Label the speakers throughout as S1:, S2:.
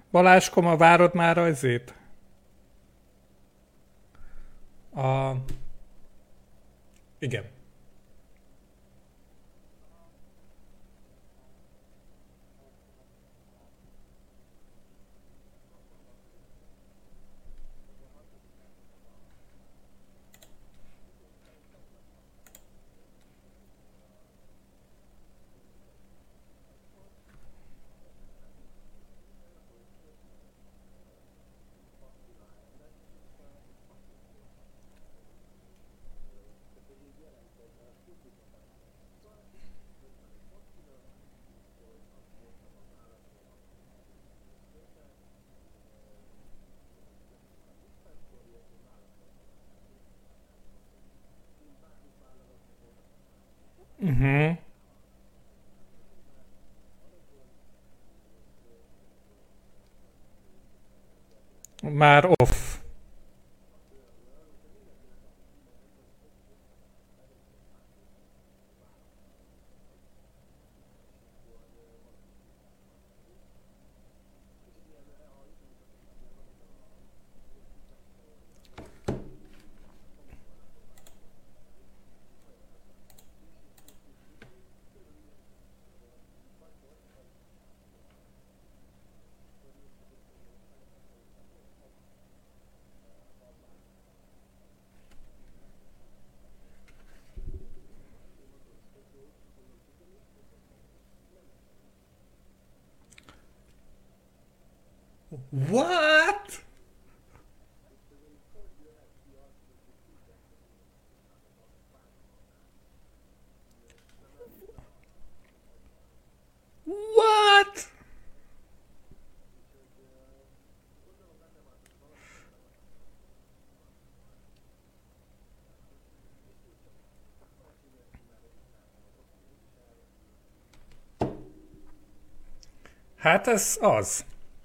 S1: Balázskoma, várod már azért? Igen. Uh-huh. Már off. What? What? Hát ez az.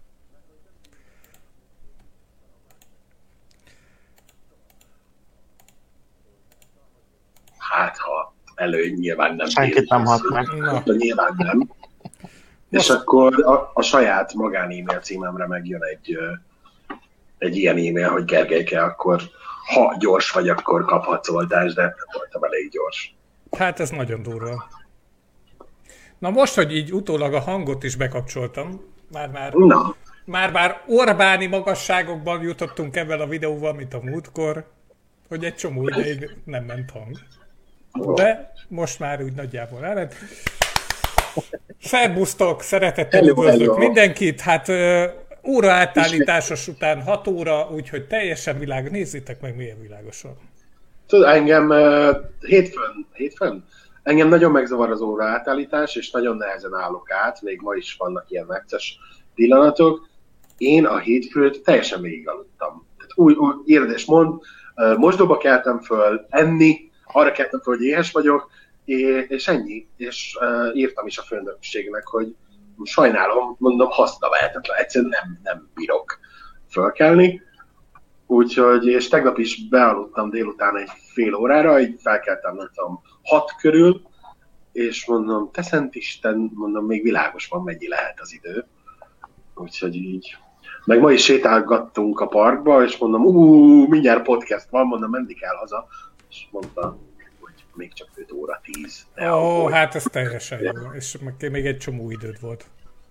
S2: Hát, ha előny nyilván nem.
S3: Senkit nem hat meg.
S2: De nyilván nem. És akkor a saját magán-e-mail címemre megjön egy ilyen e-mail, hogy Gergelyke, akkor ha gyors vagy, akkor kaphatsz oltást, de nem voltam elég gyors.
S1: Hát ez nagyon durva. Na most, hogy így utólag a hangot is bekapcsoltam, már Orbáni magasságokban jutottunk ebben a videóval, mint a múltkor, hogy egy csomó ideig nem ment hang. De most már úgy nagyjából elment. Szerbusztok, szeretettel üdvözlök mindenkit. Hát óra átállításos után 6 óra, úgyhogy teljesen világos. Nézzétek meg, milyen világosan.
S2: Tudod, engem hétfőn? Engem nagyon megzavar az óra átállítás, és nagyon nehezen állok át, még ma is vannak ilyen megces pillanatok. Én a hétfőt teljesen végigaludtam. Úgy írd és mond, mosdóba keltem föl, enni, arra keltem föl, hogy éhes vagyok, és ennyi. És írtam is a főnökségnek, hogy sajnálom, mondom, hasznavehetetlen, egyszerűen nem bírok fölkelni. Úgyhogy, és tegnap is bealudtam délután egy fél órára, így felkeltem, nem tudom, 6 körül, és mondom, te szent Isten, mondom, még világos van, mennyi lehet az idő. Úgyhogy így. Meg ma is sétálgattunk a parkba, és mondom, mindjárt podcast van, mondom, menni kell haza. És mondta, hogy még csak 5 óra 10.
S1: Hát ez teljesen jó. És még egy csomó időd volt.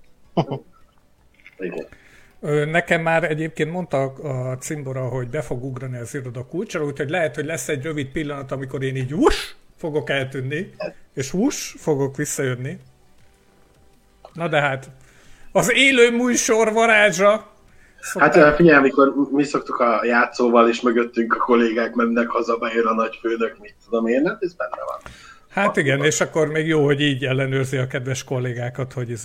S2: Igen.
S1: Nekem már egyébként mondta a cimbora, hogy be fog ugrani az iroda kulcsra, úgyhogy lehet, hogy lesz egy rövid pillanat, amikor én így fogok eltűnni, és fogok visszajönni. Na de hát, az élő műsor varázsa.
S2: Hát figyelj, amikor mi szoktuk a játszóval, és mögöttünk a kollégák mennek haza, bejön a nagyfőnök, mit tudom én, hát ez benne van.
S1: Hát igen, és akkor még jó, hogy így ellenőrzi a kedves kollégákat, hogy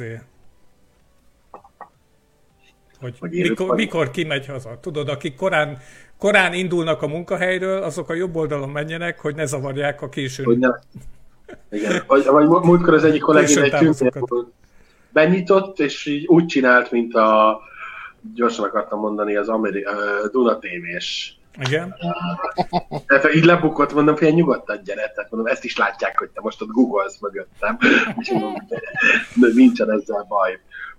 S1: mikor kimegy haza. Tudod, akik korán indulnak a munkahelyről, azok a jobb oldalon menjenek, hogy ne zavarják a későn.
S2: Igen. Vagy múltkor az egyik kollégén egy tűntér benyitott, és így úgy csinált, mint gyorsan akartam mondani, az Duna TV-s.
S1: Igen.
S2: Tehát így lebukott, mondom, hogy nyugodtan gyere, tehát mondom, ezt is látják, hogy te most ott googolsz mögöttem. És mondom, nincsen ezzel baj.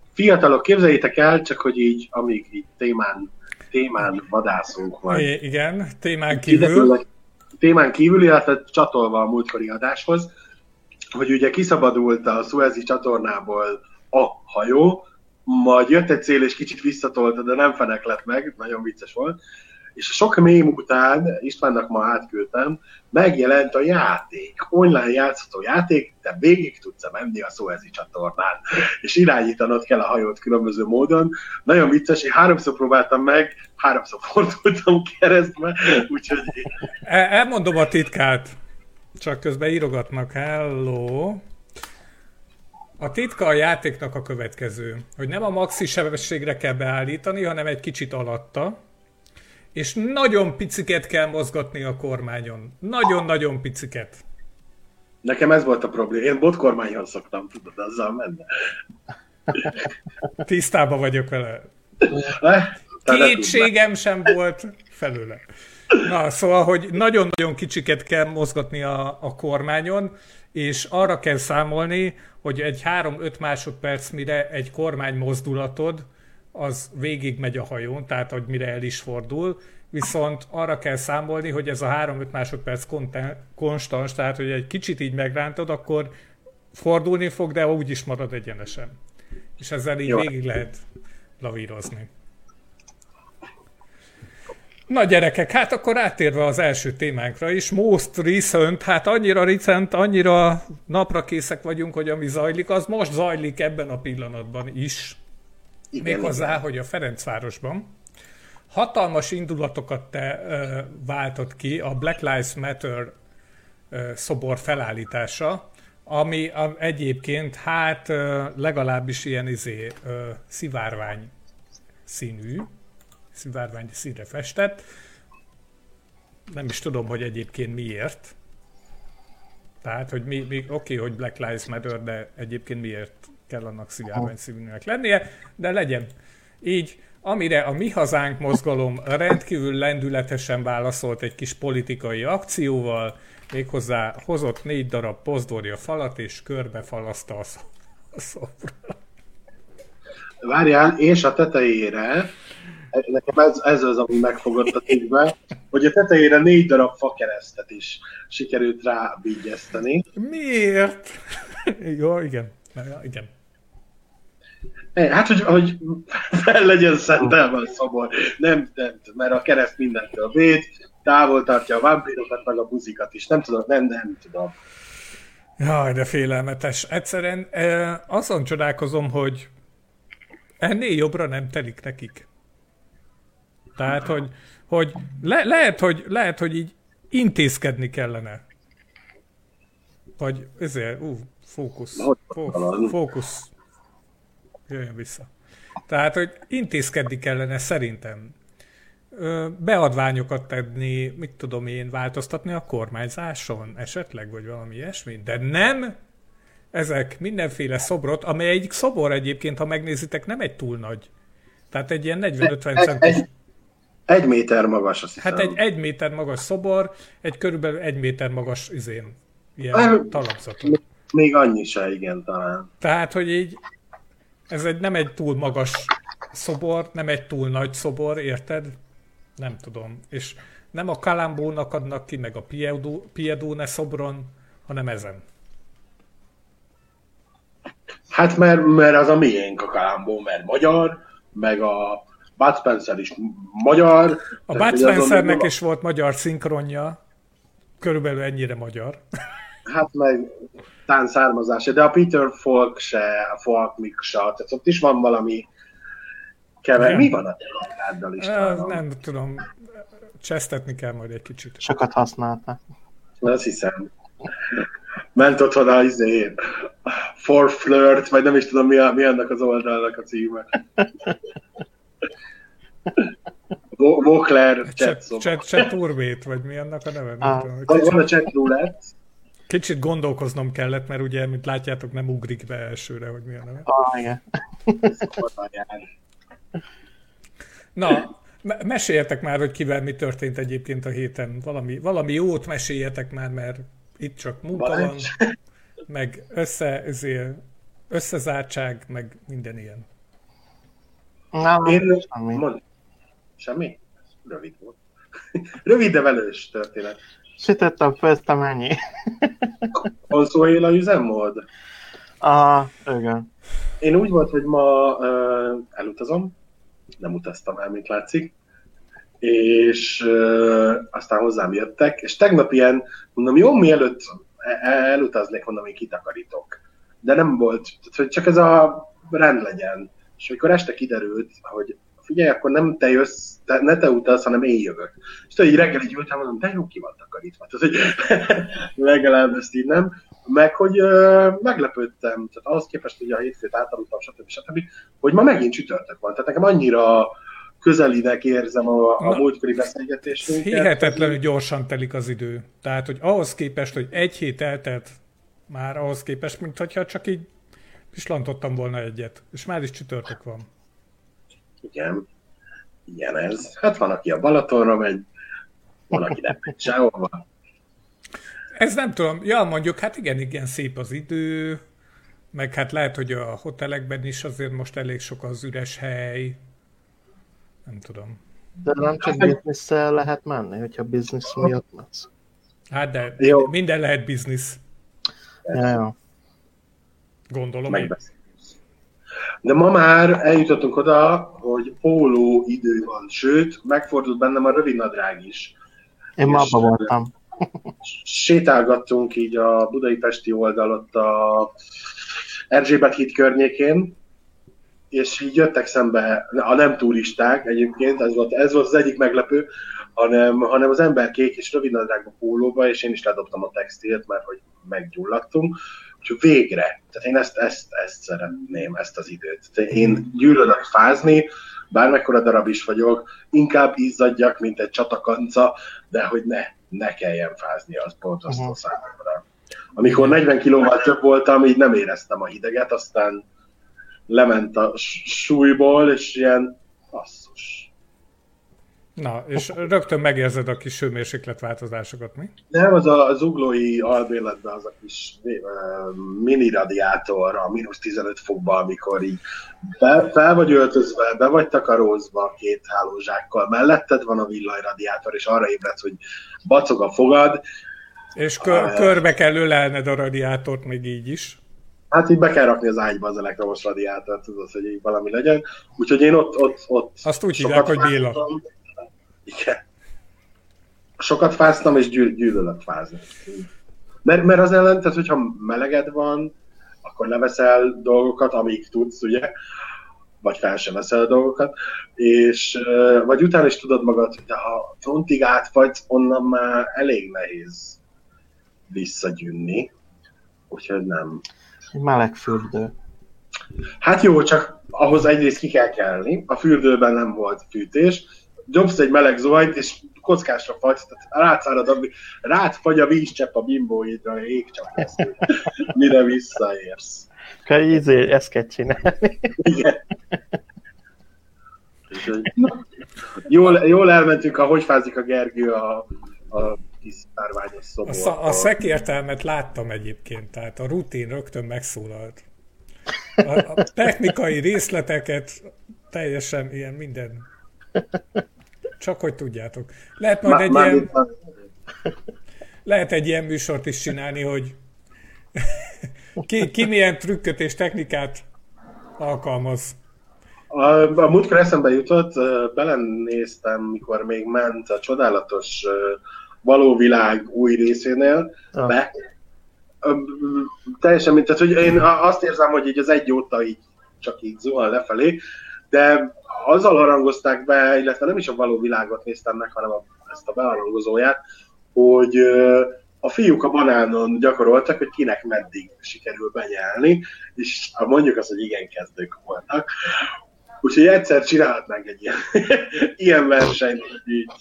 S2: Fiatalok, képzeljétek el, csak hogy így, amíg így témán vadászunk majd.
S1: Igen, témán kívül,
S2: illetve csatolva a múltkori adáshoz, hogy ugye kiszabadult a Szuezi csatornából a hajó, majd jött egy cél és kicsit visszatolta, de nem feneklett meg, nagyon vicces volt, és a sok mém után, Istvánnak ma átküldtem, megjelent a játék, online játszható játék, de végig tudsz menni a Szuezi csatornán, és irányítanod kell a hajót különböző módon. Nagyon vicces, én 3-szor próbáltam meg, 3-szor fordultam keresztbe, úgyhogy...
S1: Elmondom a titkát, csak közben írogatnak, hello. A titka a játéknak a következő, hogy nem a maxi sebességre kell beállítani, hanem egy kicsit alatta, és nagyon piciket kell mozgatni a kormányon. Nagyon-nagyon piciket.
S2: Nekem ez volt a probléma. Én botkormányon szoktam, tudod, azzal menni.
S1: Tisztában vagyok vele. Kétségem sem volt felőle. Na, szóval, hogy nagyon-nagyon kicsiket kell mozgatni a kormányon, és arra kell számolni, hogy egy 3-5 másodperc, mire egy kormány mozdulatod, az végig megy a hajón, tehát hogy mire el is fordul, viszont arra kell számolni, hogy ez a 3-5 másodperc konstans, tehát hogy egy kicsit így megrántod, akkor fordulni fog, de úgy is marad egyenesen. És ezzel így végig lehet lavírozni. Na gyerekek, hát akkor áttérve az első témánkra is, most recent, hát annyira recent, annyira naprakészek vagyunk, hogy ami zajlik, az most zajlik ebben a pillanatban is. Méghozzá, hogy a Ferencvárosban hatalmas indulatokat váltott ki a Black Lives Matter szobor felállítása, ami egyébként hát legalábbis ilyen szivárvány színre festett. Nem is tudom, hogy egyébként miért. Tehát, hogy oké, hogy Black Lives Matter, de egyébként miért kell annak szivárvány színűnek lennie, de legyen. Így, amire a Mi Hazánk mozgalom rendkívül lendületesen válaszolt egy kis politikai akcióval, méghozzá hozott 4 darab pozdorja falat, és körbefalaszta a szobra.
S2: Várjál, és a tetejére, nekem ez az, ami megfogott a tikkbe, hogy a tetejére 4 darab fakeresztet is sikerült rábígyeszteni.
S1: Miért? Jó, igen. Igen.
S2: Hát, hogy fel legyen szentelve a szobor. Nem, mert a kereszt mindentől véd, távol tartja a vámpírokat, meg a buzikat is. Nem tudom, nem tudom.
S1: Jaj, de félelmetes. Egyszerűen azon csodálkozom, hogy ennél jobbra nem telik nekik. Tehát, hogy lehet, hogy így intézkedni kellene. Vagy ezért, fókusz. Jöjjön vissza. Tehát, hogy intézkedni kellene szerintem. Beadványokat tenni, mit tudom én, változtatni a kormányzáson esetleg, vagy valami ilyesmi. De nem ezek mindenféle szobrot, amely egyik szobor egyébként, ha megnézitek, nem egy túl nagy. Tehát egy ilyen 40-50 centis.
S2: 1 méter magas, azt hiszem.
S1: Hát egy 1 méter magas szobor, egy körülbelül 1 méter magas ilyen talapzaton.
S2: Még annyi se, igen, talán.
S1: Tehát, hogy így ez nem egy túl magas szobor, nem egy túl nagy szobor, érted? Nem tudom. És nem a Kalambónak adnak ki, meg a Piedone szobron, hanem ezen.
S2: Hát mert az a miénk a Kalambó, mert magyar, meg a Bud Spencer is magyar.
S1: A Bud Spencernek is volt magyar szinkronja, körülbelül ennyire magyar.
S2: Hát meg tán származása, de a Peter Falk se, a Falk Mick se, tehát ott is van valami kever. Mi van a telekáddal is?
S1: Nem tudom, csesztetni kell majd egy kicsit.
S3: Sokat használták.
S2: Azt hiszem. Ment otthon For Flirt, vagy nem is tudom mi annak az oldalnak a címe. Vokler
S1: Chat-Urbét, vagy mi annak a neve?
S2: Van a Chat Roulette.
S1: Kicsit gondolkoznom kellett, mert ugye, mint látjátok, nem ugrik be elsőre, hogy mi a neve.
S3: Igen.
S1: Na, meséljetek már, hogy kivel mi történt egyébként a héten. Valami jót meséljetek már, mert itt csak munka van, meg összezártság, meg minden ilyen.
S2: Én... Semmi. Semmi? Rövid volt. Rövid, de velős történet.
S3: Sütöttem, főztem, ennyi.
S2: Konszolhéla üzemmód?
S3: Igen.
S2: Én úgy volt, hogy ma elutazom, nem utaztam el, mint látszik, és aztán hozzám jöttek, és tegnap ilyen, mondom, jó, mielőtt elutaznék, mondom, én kitakarítok. De nem volt, hogy csak ez a rend legyen. És amikor este kiderült, hogy figyelj, akkor nem te jössz, ne te utazz, hanem én jövök. És tudod, így reggel így ültem, mondom, de jó, ki van takarítva. Tehát, hogy legalább ezt így nem. Meg, hogy meglepődtem, tehát ahhoz képest, hogy a hétfőt átaludtam, stb., hogy ma megint csütörtök van. Tehát nekem annyira közelinek érzem a múltkori beszélgetésünket.
S1: Hihetetlenül gyorsan telik az idő. Tehát, hogy ahhoz képest, hogy egy hét eltelt már ahhoz képest, mint hogyha csak így pislantottam volna egyet. És már is csütörtök van.
S2: Igen. Igen ez. Hát van, aki a Balatonra megy, van, aki nem megy sehova.
S1: Ez nem tudom. Ja, mondjuk, hát igen, szép az idő, meg hát lehet, hogy a hotelekben is azért most elég sok az üres hely. Nem tudom.
S3: De nem csak bizniszsel lehet menni, hogyha biznisz miatt mész.
S1: Hát de minden lehet biznisz.
S3: Ja.
S1: Gondolom.
S2: De ma már eljutottunk oda, hogy póló idő van, sőt, megfordult bennem a rövidnadrág is.
S3: Én ma abba voltam.
S2: Sétálgattunk így a budai-pesti oldalot a Erzsébet híd környékén, és így jöttek szembe a nem turisták egyébként, ez volt az egyik meglepő, hanem az emberkék és rövidnadrágba, pólóba, és én is ledobtam a textilt, mert hogy meggyulladtunk. Úgyhogy végre, tehát én ezt szeretném, ezt az időt. Én gyűlölök fázni, bármekkora darab is vagyok, inkább izzadjak, mint egy csatakanca, de hogy ne kelljen fázni, az borzasztó számomra. Amikor 40 kilóval több voltam, így nem éreztem a hideget, aztán lement a súlyból, és ilyen basszus.
S1: Na, és rögtön megérzed a kis hőmérsékletváltozásokat, mi?
S2: Nem, az zuglói albérletben az a kis mini radiátor a -15 fokban, amikor így fel vagy öltözve, be vagy takarózva 2 hálózsákkal, melletted van a villanyradiátor, és arra ébredsz, hogy bacog a fogad.
S1: És körbe kell ölelned a radiátort még így is.
S2: Hát így be kell rakni az ágyba az elektromos radiátort, tudod, hogy így valami legyen. Úgyhogy én ott
S1: azt úgy hívják, hogy Béla.
S2: Igen. Sokat fáztam, és gyűlölök fázni. Mert az ellen, tehát hogyha meleged van, akkor leveszel dolgokat, amíg tudsz, ugye? Vagy fel sem veszel dolgokat, és vagy utána is tudod magad, hogy ha frontig átfagysz, onnan már elég nehéz visszagyűnni. Úgyhogy nem.
S3: Meleg fürdő.
S2: Hát jó, csak ahhoz egyrészt ki kell kelni, a fürdőben nem volt fűtés, dobsz egy meleg zuhanyt, és kockásra fagysz, tehát rád fagy a vízcsepp a bimbóidra, ég csak lesz, mire visszaérsz.
S3: Ezt kell csinálni.
S2: Igen. Jól elmentünk, hogy fázik a Gergő a kis szárványos szobor.
S1: A szekértelmet láttam egyébként, tehát a rutin rögtön megszólalt. A technikai részleteket teljesen ilyen minden. Csak hogy tudjátok. Lehet majd lehet egy ilyen műsort is csinálni, hogy ki milyen trükköt és technikát alkalmaz.
S2: A múltkor eszembe jutott, belenéztem, mikor még ment a csodálatos Való Világ új részénél, be. Teljesen mint, tehát, hogy én azt érzem, hogy így az egy óta így csak így zuhan lefelé, de azzal harangozták be, illetve nem is a Való Világot néztem meg, hanem ezt a beharangozóját, hogy a fiúk a banánon gyakoroltak, hogy kinek meddig sikerül benyelni, és mondjuk azt, hogy igen kezdők voltak. Úgyhogy egyszer csinálhatnánk egy ilyen versenyt, hogy így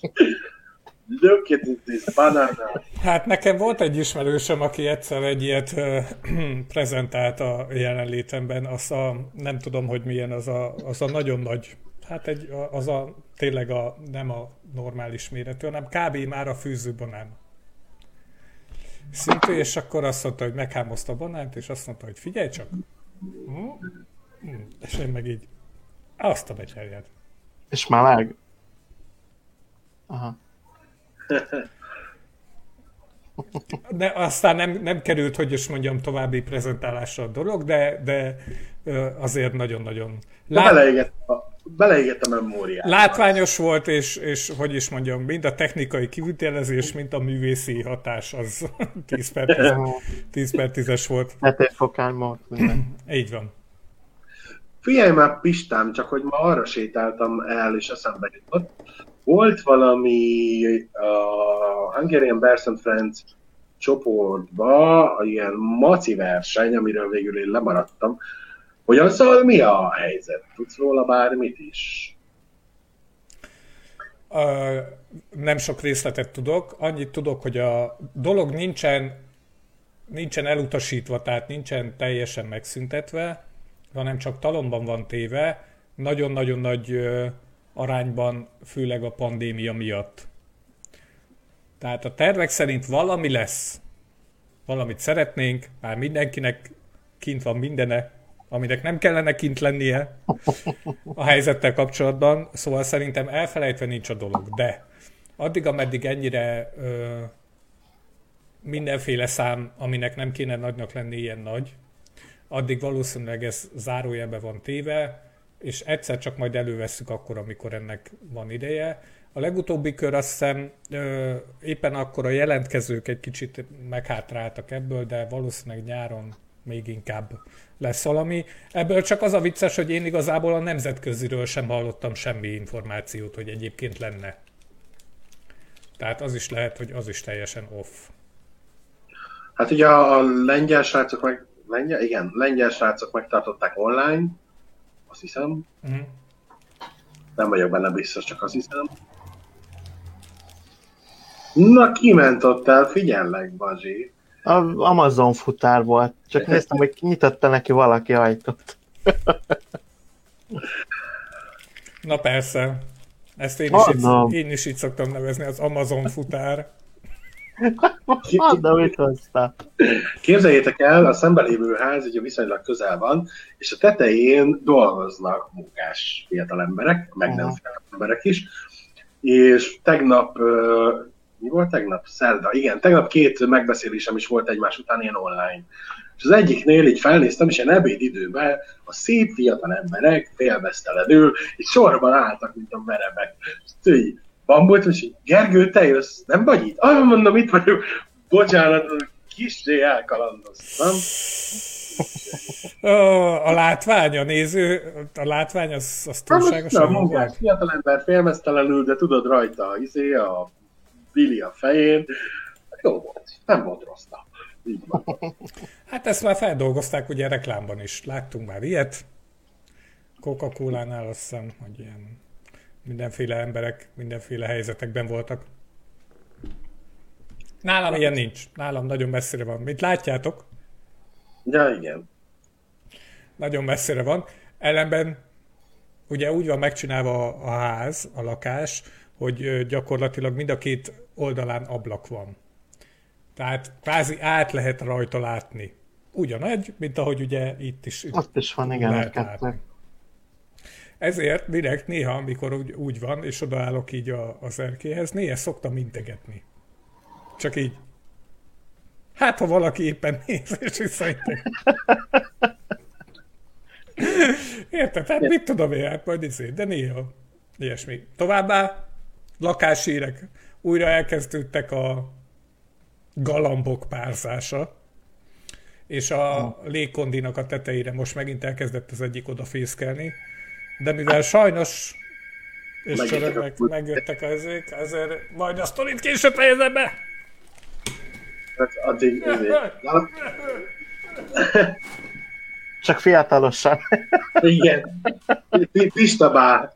S2: banánál.
S1: Hát nekem volt egy ismerősöm, aki egyszer egy ilyet prezentált a jelenlétemben, nem tudom, hogy milyen, az a nagyon nagy, hát tényleg nem a normális méretű, hanem kb. Már a fűzőbanán szintű, és akkor azt mondta, hogy meghámozta a banánt, és azt mondta, hogy figyelj csak. És én meg így. Azt a becsárját.
S3: És meleg? Aha.
S1: De aztán nem került, hogy is mondjam, további prezentálásra a dolog, de azért nagyon-nagyon...
S2: Beleégett a memóriát.
S1: Látványos volt, és hogy is mondjam, mind a technikai kivitelezés, mind a művészi hatás az 10/10 volt.
S3: Hetélfokány volt.
S1: Így van.
S2: Figyelj már, Pistám, csak hogy ma arra sétáltam el, és eszembe jutott. Volt valami a Hungarian Bears and Friends csoportban ilyen maci verseny, amiről végül én lemaradtam, hogy azzal mi a helyzet? Tudsz róla bármit is?
S1: Nem sok részletet tudok. Annyit tudok, hogy a dolog nincsen elutasítva, tehát nincsen teljesen megszüntetve, hanem csak talomban van téve, nagyon-nagyon nagy arányban, főleg a pandémia miatt. Tehát a tervek szerint valami lesz. Valamit szeretnénk, már mindenkinek kint van mindene, aminek nem kellene kint lennie a helyzettel kapcsolatban, szóval szerintem elfelejtve nincs a dolog, de addig, ameddig ennyire mindenféle szám, aminek nem kéne nagynak lenni, ilyen nagy, addig valószínűleg ez zárójelbe van téve, és egyszer csak majd elővesszük akkor, amikor ennek van ideje. A legutóbbi kör azt hiszem éppen akkor a jelentkezők egy kicsit meghátráltak ebből, de valószínűleg nyáron még inkább lesz valami. Ebből csak az a vicces, hogy én igazából a nemzetköziről sem hallottam semmi információt, hogy egyébként lenne. Tehát az is lehet, hogy az is teljesen off.
S2: Hát ugye a lengyel srácok lengyel srácok megtartották online, azt hiszem. Uh-huh. Nem vagyok benne biztos, csak azt hiszem. Na, kiment ott el, figyellek, Bazsi.
S3: Az Amazon futár volt, csak néztem, hogy nyitotta neki valaki ajtót.
S1: Na persze, ezt én is így szoktam nevezni, az Amazon futár.
S3: De mit hoztál?
S2: Képzeljétek el, a szembelévő ház ugye viszonylag közel van, és a tetején dolgoznak munkás fiatal emberek, meg nem fiatal emberek is, és tegnap, mi volt tegnap? Szerda, igen, tegnap 2 megbeszélésem is volt egymás után ilyen online. És az egyiknél így felnéztem, és ilyen ebédidőben a szép fiatal emberek félmeztelenül, és sorban álltak, mint a verebek. És így bambultam, és így, Gergő, te jössz, nem vagy itt? Mondom, itt vagyok. Bocsánat, kissé elkalandoztam.
S1: A látvány, a néző, a látvány az túlságosan
S2: jó volt. Fiatal ember félmeztelenül, de tudod rajta a Billy a fején. Jó volt, nem volt rossz nap. Így van.
S1: Hát ezt már feldolgozták ugye reklámban is. Láttunk már ilyet. Coca-Colánál azt hiszem, hogy ilyen mindenféle emberek, mindenféle helyzetekben voltak. Nálam ilyen nincs. Nálam nagyon messzire van. Mint látjátok?
S2: Ja, igen.
S1: Nagyon messzire van. Ellenben ugye úgy van megcsinálva a ház, a lakás, hogy gyakorlatilag mind a 2 oldalán ablak van. Tehát kvázi át lehet rajta látni. Ugyanegy, mint ahogy ugye itt is.
S3: Ott is van, igen, lehet látni.
S1: Ezért direkt néha, amikor úgy van, és odaállok így az erkélyhez, néha szoktam integetni. Csak így. Hát, ha valaki éppen néz, és visszainteg. Érted? Hát mit tudom én, hát majd izé, de néha ilyesmi. Továbbá lakáshírek. Újra elkezdődtek a galambok párzása, és a légkondinak a tetejére most megint elkezdett az egyik odafészkelni, de mivel sajnos és csörögnek megjöttek ezért majd a sztorit később fejezem be!
S2: Addig
S3: Csak fiatalosan.
S2: Igen. Pista bár.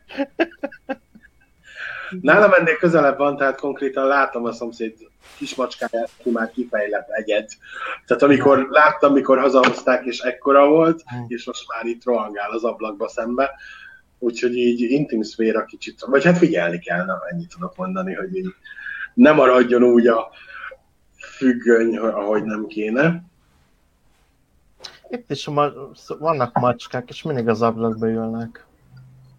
S2: Nálam ennél közelebb van, tehát konkrétan látom a szomszéd kismacskáját, aki már kifejlett egyet. Tehát amikor láttam, mikor hazahozták, és ekkora volt, és most már itt rohangál az ablakba szembe. Úgyhogy így intim szféra kicsit, vagy hát figyelni kell, nem ennyit tudok mondani, hogy így ne maradjon úgy a függöny, ahogy nem kéne.
S3: Itt is vannak macskák, és mindig az ablakba ülnek.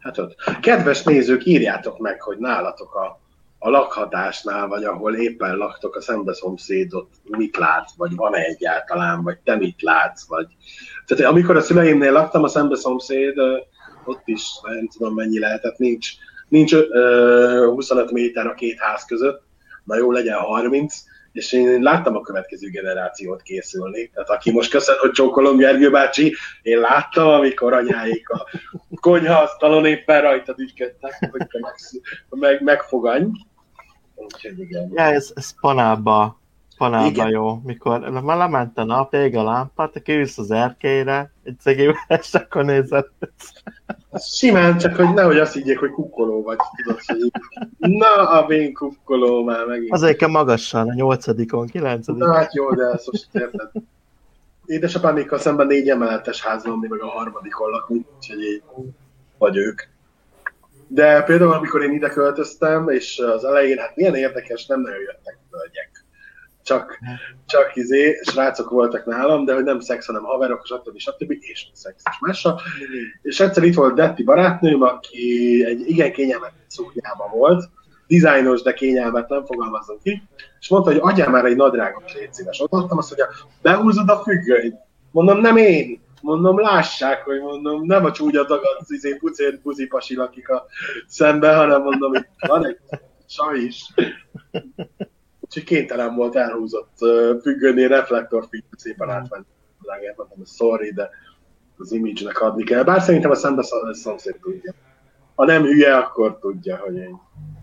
S2: Hát ott. Kedves nézők, írjátok meg, hogy nálatok a lakhatásnál, vagy ahol éppen laktok, a szembeszomszédot mit lát, vagy van-e egyáltalán, vagy te mit látsz, vagy... Tehát amikor a szüleimnél laktam, a szembeszomszéd, ott is nem tudom mennyi lehetett, nincs 25 méter a két ház között, na jó, legyen 30, és én láttam a következő generációt készülni. Tehát aki most köszön, hogy csókolom Gergő bácsi, én láttam, amikor anyáik a konyhaasztalon éppen rajtad ügyködtek, hogy megfogany. Úgyhogy igen.
S3: Ja, ez panába jó, mikor már lement a nap, ég a lámpát, te kiülsz az erkélyre, egy szegélyben, és akkor nézed.
S2: Simán, csak hogy nehogy azt higgyék, hogy kukkoló vagy, tudod, hogy na, a vén kukkoló már megint.
S3: Azért kell magassan, a 8-on, 9-on.
S2: Na hát jó, de ezt most érted. Édesapámékkal szemben 4 emeletes ház van, mi meg a 3-on lakunk, úgyhogy így vagy ők. De például, amikor én ide költöztem, és az elején, hát milyen érdekes, nem nagyon jöttek hölgyek. Csak srácok voltak nálam, de hogy nem szex, hanem haverok, stb. És szex és mással. És egyszer itt volt Detti barátnőm, aki egy igen kényelmetlen szúrjában volt, dizájnos, de kényelmetlen, fogalmazzon ki, és mondta, hogy adjál már egy nadrágot, légy szíves. Odaadtam azt, hogy behúzod a függönyt. Mondom, nem én. Mondom, lássák, hogy mondom, nem a csúnya dagadt pucér buzipasi lakik a szembe, hanem mondom, itt van egy saj is. Úgyhogy kénytelen volt elhúzott függönynél reflektorfényt szépen átvenni. Mondom, sorry, de az image-nek adni kell. Bár szerintem a szomszéd tudja. Ha nem hülye, akkor tudja, hogy én...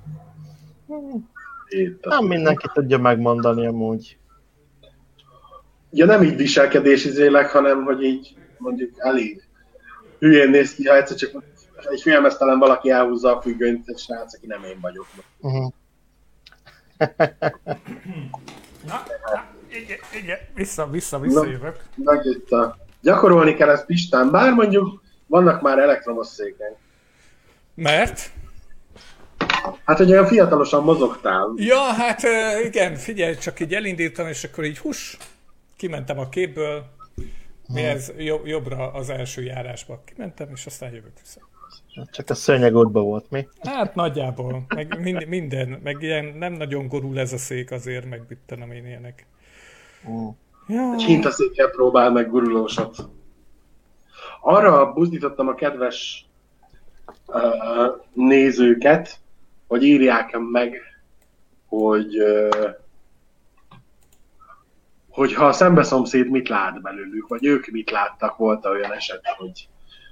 S3: Nem mindenki tudja megmondani amúgy.
S2: Ja, nem így viselkedésizélek, hanem hogy így mondjuk elég hülyén néz ki, ha egyszer csak egy félmeztelen valaki elhúzza a függönyt, egy srác, aki nem én vagyok.
S3: Uh-huh.
S1: Na, igen, visszajövök.
S2: Meg itt gyakorolni kell ezt Pistán, bár mondjuk vannak már elektromos székek.
S1: Mert?
S2: Hát, hogy olyan fiatalosan mozogtál.
S1: Ja, hát igen, figyelj, csak így elindítom, és akkor így kimentem a képből, mihez jobbra az első járásba. Kimentem, és aztán jövök vissza.
S3: Csak a szőnyegódban volt, mi?
S1: Hát nagyjából, meg minden, meg ilyen nem nagyon gorul ez a szék azért, meg bittenem én ilyenek.
S2: Ja. Egy hintaszékkel próbál meg gurulósat. Arra buzdítottam a kedves nézőket, hogy írják meg, hogy ha a szembeszomszéd mit lát belőlük, vagy ők mit láttak, volt olyan eset, hogy...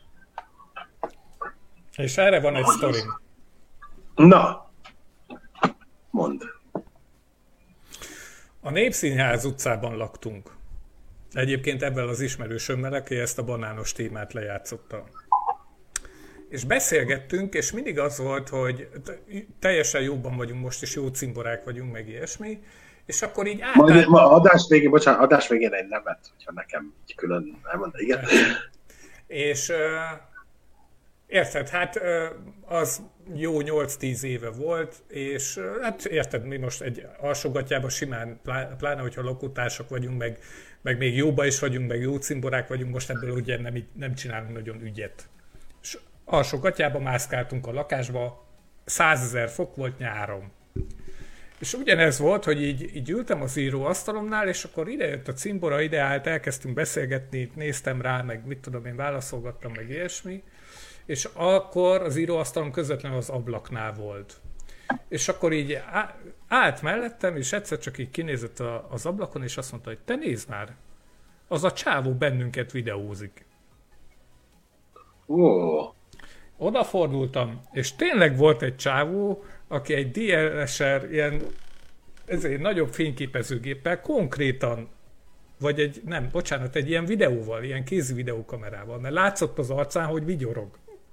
S1: És erre van egy sztori.
S2: Na, mondd.
S1: A Népszínház utcában laktunk. Egyébként ebben az ismerősömmel, aki ezt a banános témát lejátszotta. És beszélgettünk, és mindig az volt, hogy teljesen jóban vagyunk most, és jó cimborák vagyunk, meg ilyesmi, és akkor így
S2: adás végén egy nevet, hogyha nekem külön elmondta, igen.
S1: És érted, hát az jó 8-10 éve volt, és hát érted, mi most egy alsógatjában simán, pláne, hogyha lakótársak vagyunk, meg még jóba is vagyunk, meg jó cimborák vagyunk, most ebből ugye nem csinálunk nagyon ügyet. És alsógatjában mászkáltunk a lakásba, 100 000 fok volt nyáron. És ugyanez volt, hogy így ültem az íróasztalomnál, és akkor idejött a cimbora, ide állt, elkezdtünk beszélgetni, néztem rá, meg mit tudom én, válaszolgattam, meg ilyesmi, és akkor az íróasztalom közvetlenül az ablaknál volt. És akkor így állt mellettem, és egyszer csak így kinézett az ablakon, és azt mondta, hogy te nézd már, az a csávó bennünket videózik.
S2: Oh.
S1: Odafordultam, és tényleg volt egy csávó, aki egy DSLR ilyen nagyobb fényképezőgéppel konkrétan, vagy egy ilyen videóval, ilyen kézi videókamerával, mert látszott az arcán, hogy vigyorog.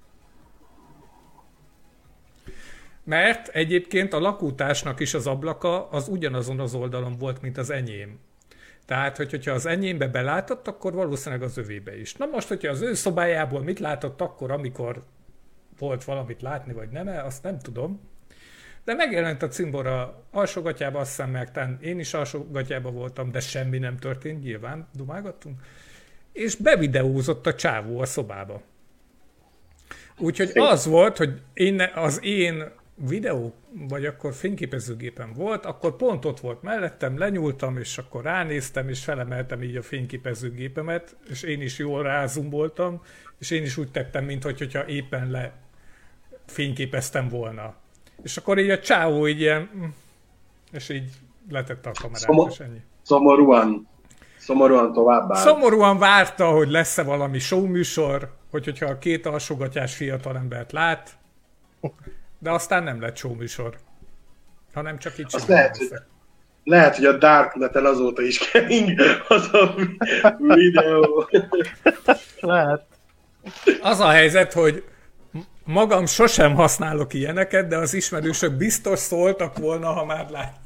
S1: Mert egyébként a lakótársnak is az ablaka az ugyanazon az oldalon volt, mint az enyém. Tehát, hogyha az enyémbe belátott, akkor valószínűleg az övébe is. Na most, hogyha az ő szobájából mit látott akkor, amikor volt valamit látni, vagy nem, azt nem tudom. De megjelent a cimbora alsógatyába, azt hiszem, meg én is alsógatyába voltam, de semmi nem történt, nyilván dumálgattunk. És bevideózott a csávó a szobába. Úgyhogy az volt, hogy az én videó, vagy akkor fényképezőgépem volt, akkor pont ott volt mellettem, lenyúltam, és akkor ránéztem, és felemeltem így a fényképezőgépemet, és én is jól rázumboltam, és én is úgy tettem, mintha éppen fényképeztem volna. És akkor így a csávó így ilyen, és így letette a kamerát, és ennyi.
S2: Szomorúan tovább áll.
S1: Szomorúan várta, hogy lesz-e valami showműsor, hogyha a két alsógatyás fiatalembert lát, de aztán nem lett showműsor, hanem csak így
S2: lehet, hogy a Darknet-en azóta is kering az a videó.
S3: Lehet.
S1: Az a helyzet, hogy magam sosem használok ilyeneket, de az ismerősök biztos szóltak volna, ha már látják.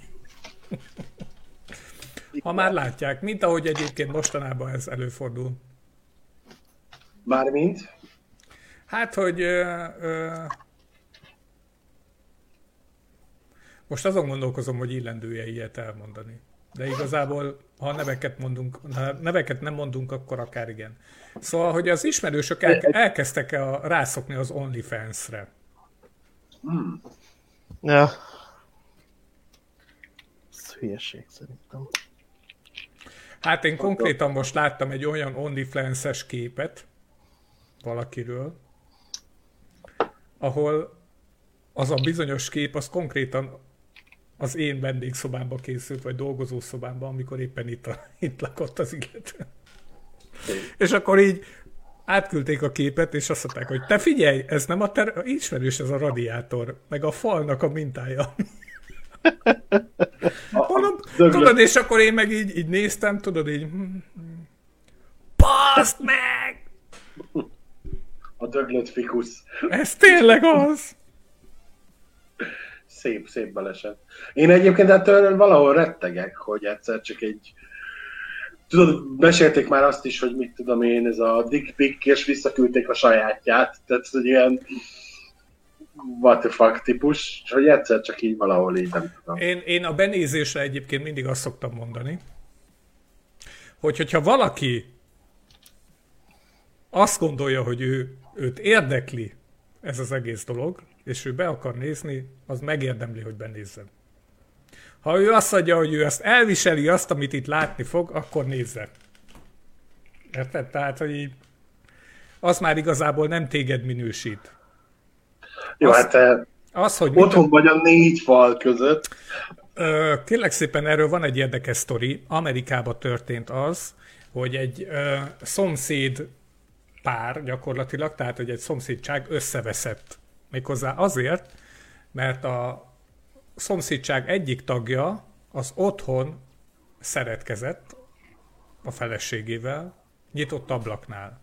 S1: Ha már látják, mint ahogy egyébként mostanában ez előfordul.
S2: Mármint?
S1: Hát, hogy most azon gondolkozom, hogy illendő-e ilyet elmondani. De igazából, ha neveket nem mondunk, akkor akár igen. Szóval, hogy az ismerősök elkezdtek rászokni az OnlyFans-re.
S3: Ja. Ez hülyeség szerintem.
S1: Hát én konkrétan most láttam egy olyan OnlyFans-es képet valakiről, ahol az a bizonyos kép, az konkrétan az én vendégszobámba készült, vagy dolgozószobámba, amikor éppen itt lakott az illető. És akkor így átküldték a képet, és azt mondták, hogy te figyelj, ez nem ismerős ez a radiátor, meg a falnak a mintája. Tudod, és akkor én meg így néztem, tudod, így baszd meg!
S2: A döglött fikusz.
S1: Ez tényleg az!
S2: Szép baleset. Én egyébként ettől valahol rettegek, hogy egyszer csak egy... Tudod, mesélték már azt is, hogy mit tudom én, ez a dick pic, és visszaküldték a sajátját. Tehát, hogy ilyen what the fuck típus, hogy egyszer csak így valahol így nem tudom.
S1: Én a benézésre egyébként mindig azt szoktam mondani, hogyha valaki azt gondolja, hogy őt érdekli ez az egész dolog, és ő be akar nézni, az megérdemli, hogy benézzen. Ha ő azt mondja, hogy ő ezt elviseli, azt, amit itt látni fog, akkor nézze. Érted? Tehát, hogy így, az már igazából nem téged minősít.
S2: Jó, hát hogy otthon vagy a 4 fal között.
S1: Kérlek szépen, erről van egy érdekes sztori. Amerikában történt az, hogy egy szomszéd pár gyakorlatilag, tehát hogy egy szomszédság összeveszett. Méghozzá azért, mert a szomszédság egyik tagja az otthon szeretkezett a feleségével, nyitott ablaknál.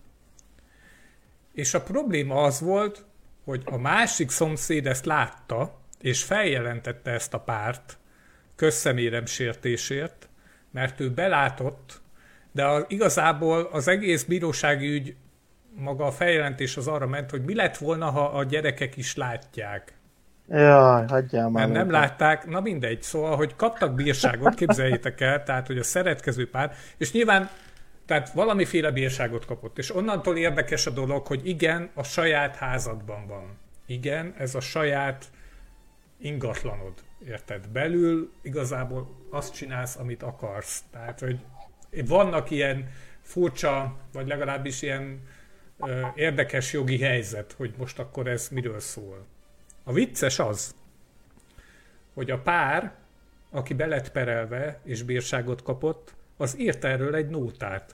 S1: És a probléma az volt, hogy a másik szomszéd ezt látta, és feljelentette ezt a párt közszeméremsértésért, mert ő belátott, de igazából az egész bírósági ügy, maga a feljelentés az arra ment, hogy mi lett volna, ha a gyerekek is látják.
S3: Jaj, hagyjál már.
S1: Mert nem látták, na mindegy, szóval, hogy kaptak bírságot, képzeljétek el, tehát, hogy a szeretkező pár, és nyilván, tehát valamiféle bírságot kapott, és onnantól érdekes a dolog, hogy igen, a saját házadban van. Igen, ez a saját ingatlanod, érted? Belül igazából azt csinálsz, amit akarsz. Tehát, hogy vannak ilyen furcsa, vagy legalábbis ilyen érdekes jogi helyzet, hogy most akkor ez miről szól. A vicces az, hogy a pár, aki be lett perelve és bírságot kapott, az írt erről egy nótát.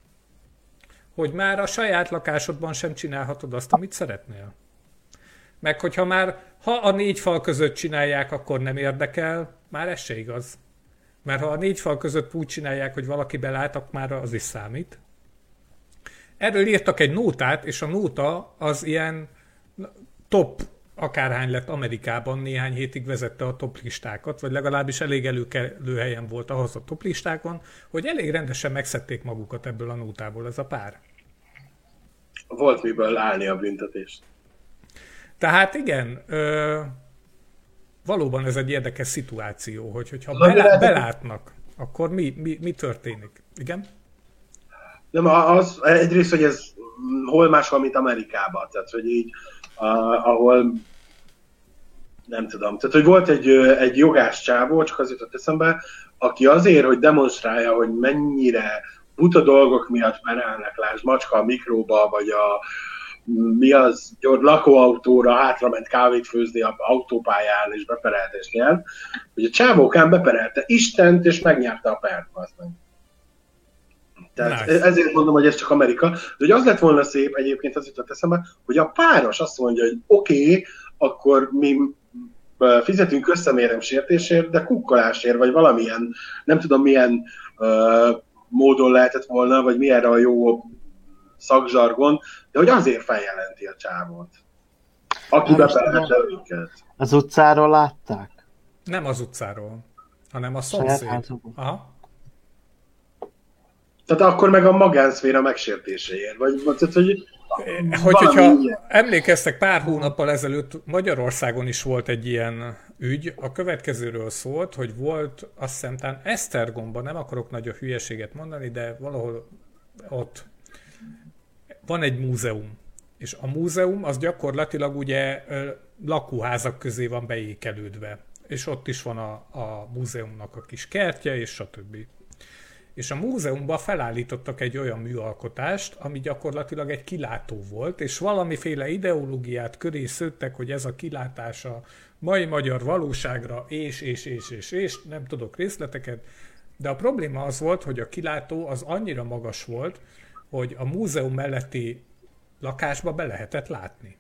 S1: Hogy már a saját lakásodban sem csinálhatod azt, amit szeretnél. Meg hogyha ha a 4 fal között csinálják, akkor nem érdekel, már ez se igaz. Mert ha a 4 fal között úgy csinálják, hogy valaki belát, akkor már az is számít. Erről írtak egy nótát, és a nóta az ilyen top akárhány lett Amerikában, néhány hétig vezette a top listákat, vagy legalábbis elég előkelő helyen volt ahhoz a top listákon, hogy elég rendesen megszedték magukat ebből a nótából ez a pár.
S2: Volt miből állni a büntetést.
S1: Tehát igen, valóban ez egy érdekes szituáció, hogyha belátnak, akkor mi történik? Igen?
S2: Nem, az egyrészt, hogy ez hol máshol, mint Amerikában. Tehát, hogy így ahol nem tudom, tehát hogy volt egy jogás csávó, csak az jutott eszembe, aki azért, hogy demonstrálja, hogy mennyire buta dolgok miatt perelnek, lásd, macska a mikróba, vagy lakóautóra hátrament kávét főzni az autópályán, és beperelte és nyert, hogy a csávókán beperelte Istent, és megnyerte a pert. Tehát nice. Ezért mondom, hogy ez csak Amerika. De hogy az lett volna szép, egyébként az jutott eszembe, hogy a páros azt mondja, hogy oké, akkor mi fizetünk összemérem sértésért, de kukkolásért, vagy valamilyen, nem tudom milyen módon lehetett volna, vagy milyenre a jó szakzsargon, de hogy azért feljelenti a csávót. Aki beperelte őket.
S3: Az utcáról látták?
S1: Nem az utcáról, hanem a szomszéd. Aha.
S2: Tehát akkor meg a magánszféra megsértéséért, vagy
S1: hogyha emlékeztek, pár hónappal ezelőtt Magyarországon is volt egy ilyen ügy, a következőről szólt, hogy volt, azt hiszem, talán Esztergomban, nem akarok nagy a hülyeséget mondani, de valahol ott van egy múzeum, és a múzeum az gyakorlatilag ugye lakóházak közé van beékelődve, és ott is van a múzeumnak a kis kertje, és stb. És a múzeumban felállítottak egy olyan műalkotást, ami gyakorlatilag egy kilátó volt, és valamiféle ideológiát köré szőttek, hogy ez a kilátás a mai magyar valóságra, és nem tudok részleteket, de a probléma az volt, hogy a kilátó az annyira magas volt, hogy a múzeum melletti lakásba be lehetett látni.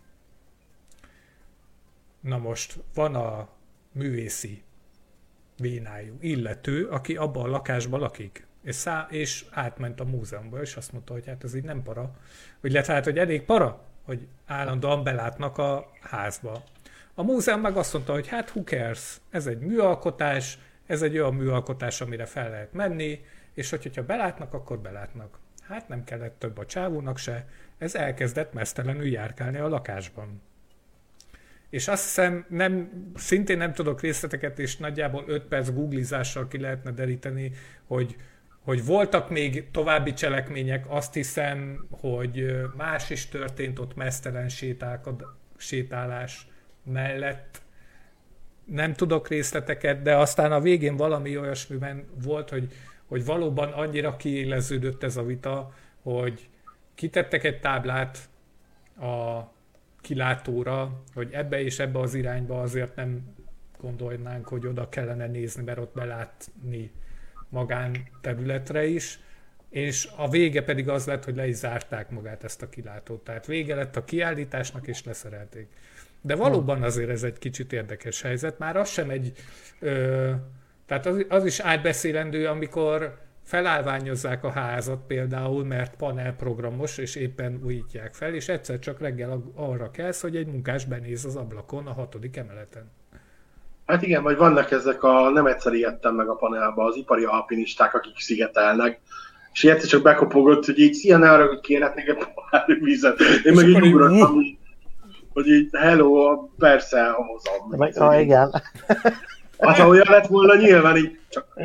S1: Na most van a művészi vénájú illető, aki abban a lakásban lakik. És átment a múzeumba, és azt mondta, hogy hát ez így nem para. Hogy elég para, hogy állandóan belátnak a házba. A múzeum meg azt mondta, hogy hát who cares, ez egy műalkotás, ez egy olyan műalkotás, amire fel lehet menni, és hogyha belátnak, akkor belátnak. Hát nem kellett több a csávónak se, ez elkezdett meztelenül járkálni a lakásban. És azt hiszem, szintén nem tudok részleteket, és nagyjából 5 perc googlizással ki lehetne deríteni, hogy voltak még további cselekmények, azt hiszem, hogy más is történt ott meztelen sétálás mellett. Nem tudok részleteket, de aztán a végén valami olyasmiben volt, hogy valóban annyira kiéleződött ez a vita, hogy kitettek egy táblát a kilátóra, hogy ebbe és ebbe az irányba azért nem gondolnánk, hogy oda kellene nézni, mert ott belátni magánterületre is, és a vége pedig az lett, hogy le is zárták magát ezt a kilátót. Tehát vége lett a kiállításnak, és leszerelték. De valóban azért ez egy kicsit érdekes helyzet. Már az sem tehát az is átbeszélendő, amikor felállványozzák a házat például, mert panelprogramos, és éppen újítják fel, és egyszer csak reggel arra kelsz, hogy egy munkás benéz az ablakon a 6. emeleten.
S2: Hát igen, vagy vannak ezek nem egyszer ijedtem meg a panelba, az ipari alpinisták, akik szigetelnek, és egyszer csak bekopogott, hogy így szia, ne arra, hogy kérhetnék egy pohár vizet. Én meg így ugrottam, hogy így hello, persze, hozom.
S3: Igen.
S2: Hát ha olyan lett volna, nyilván így csak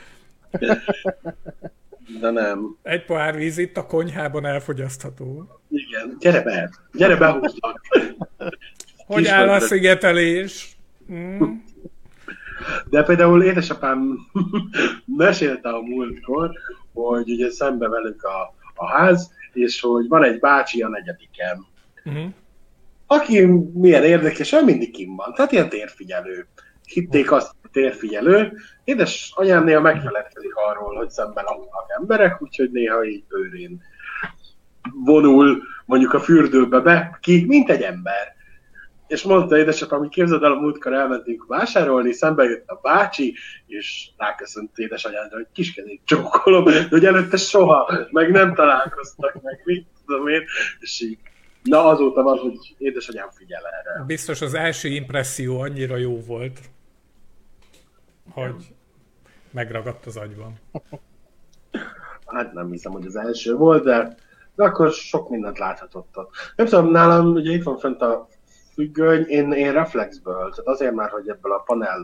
S2: de nem.
S1: Egy pohár víz itt a konyhában elfogyasztható.
S2: Igen, gyere behúzlak.
S1: Hogy áll a szigetelés?
S2: De például édesapám mesélte a múltkor, hogy ugye szembe velük a ház, és hogy van egy bácsi a 4. aki milyen érdekes, mindig kim van, tehát ilyen térfigyelő. Hitték azt, térfigyelő. Édes anyámnél megfeledkezik arról, hogy szemben laknak emberek, úgyhogy néha így bőrén vonul mondjuk a fürdőbe be, ki, mint egy ember. És mondta édesapám, hogy képzeld el, a múltkor elmentünk vásárolni, szembe jött a bácsi, és ráköszönt édesanyádra, hogy kiskezét csókolom, hogy előtte soha, meg nem találkoztak, meg mit tudom én, és így. Na azóta van, hogy édesanyám figyel erre.
S1: Biztos az első impresszió annyira jó volt, hogy megragadt az agyban.
S2: Hát nem hiszem, hogy az első volt, de akkor sok mindent láthatott ott. Nem tudom, nálam ugye itt van fent a függöny, én reflexből, tehát azért már, hogy ebből a panel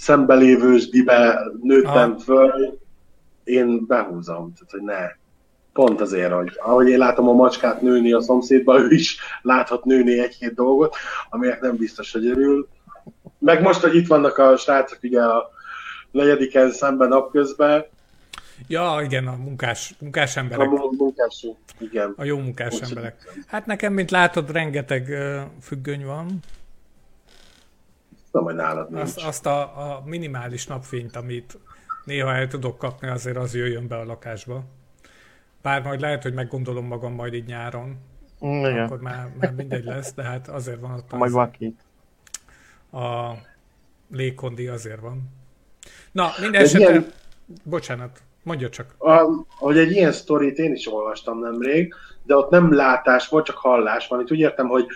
S2: szembelévősdibe nőttem föl, én behúzom, tehát hogy ne. Pont azért, hogy ahogy én látom a macskát nőni a szomszédban, ő is láthat nőni egy-két dolgot, amelyek nem biztos, hogy örül. Meg most, hogy itt vannak a srácok ugye a 4-en szemben napközben.
S1: Ja, igen, a munkás emberek.
S2: A munkás, igen.
S1: A jó munkás emberek. Hát nekem, mint látod, rengeteg függöny van.
S2: Na, majd nálad nincs.
S1: Azt a minimális napfényt, amit néha el tudok kapni, azért az jöjjön be a lakásba. Bár majd lehet, hogy meggondolom magam majd így nyáron.
S3: Igen.
S1: Akkor már mindegy lesz, de hát azért van ott
S3: Majd vakít.
S1: A légkondi azért van. Na, minden esetben... Ilyen... Bocsánat, mondja csak.
S2: Hogy egy ilyen sztorit én is olvastam nemrég, de ott nem látás volt, csak hallás van. Itt úgy értem, hogy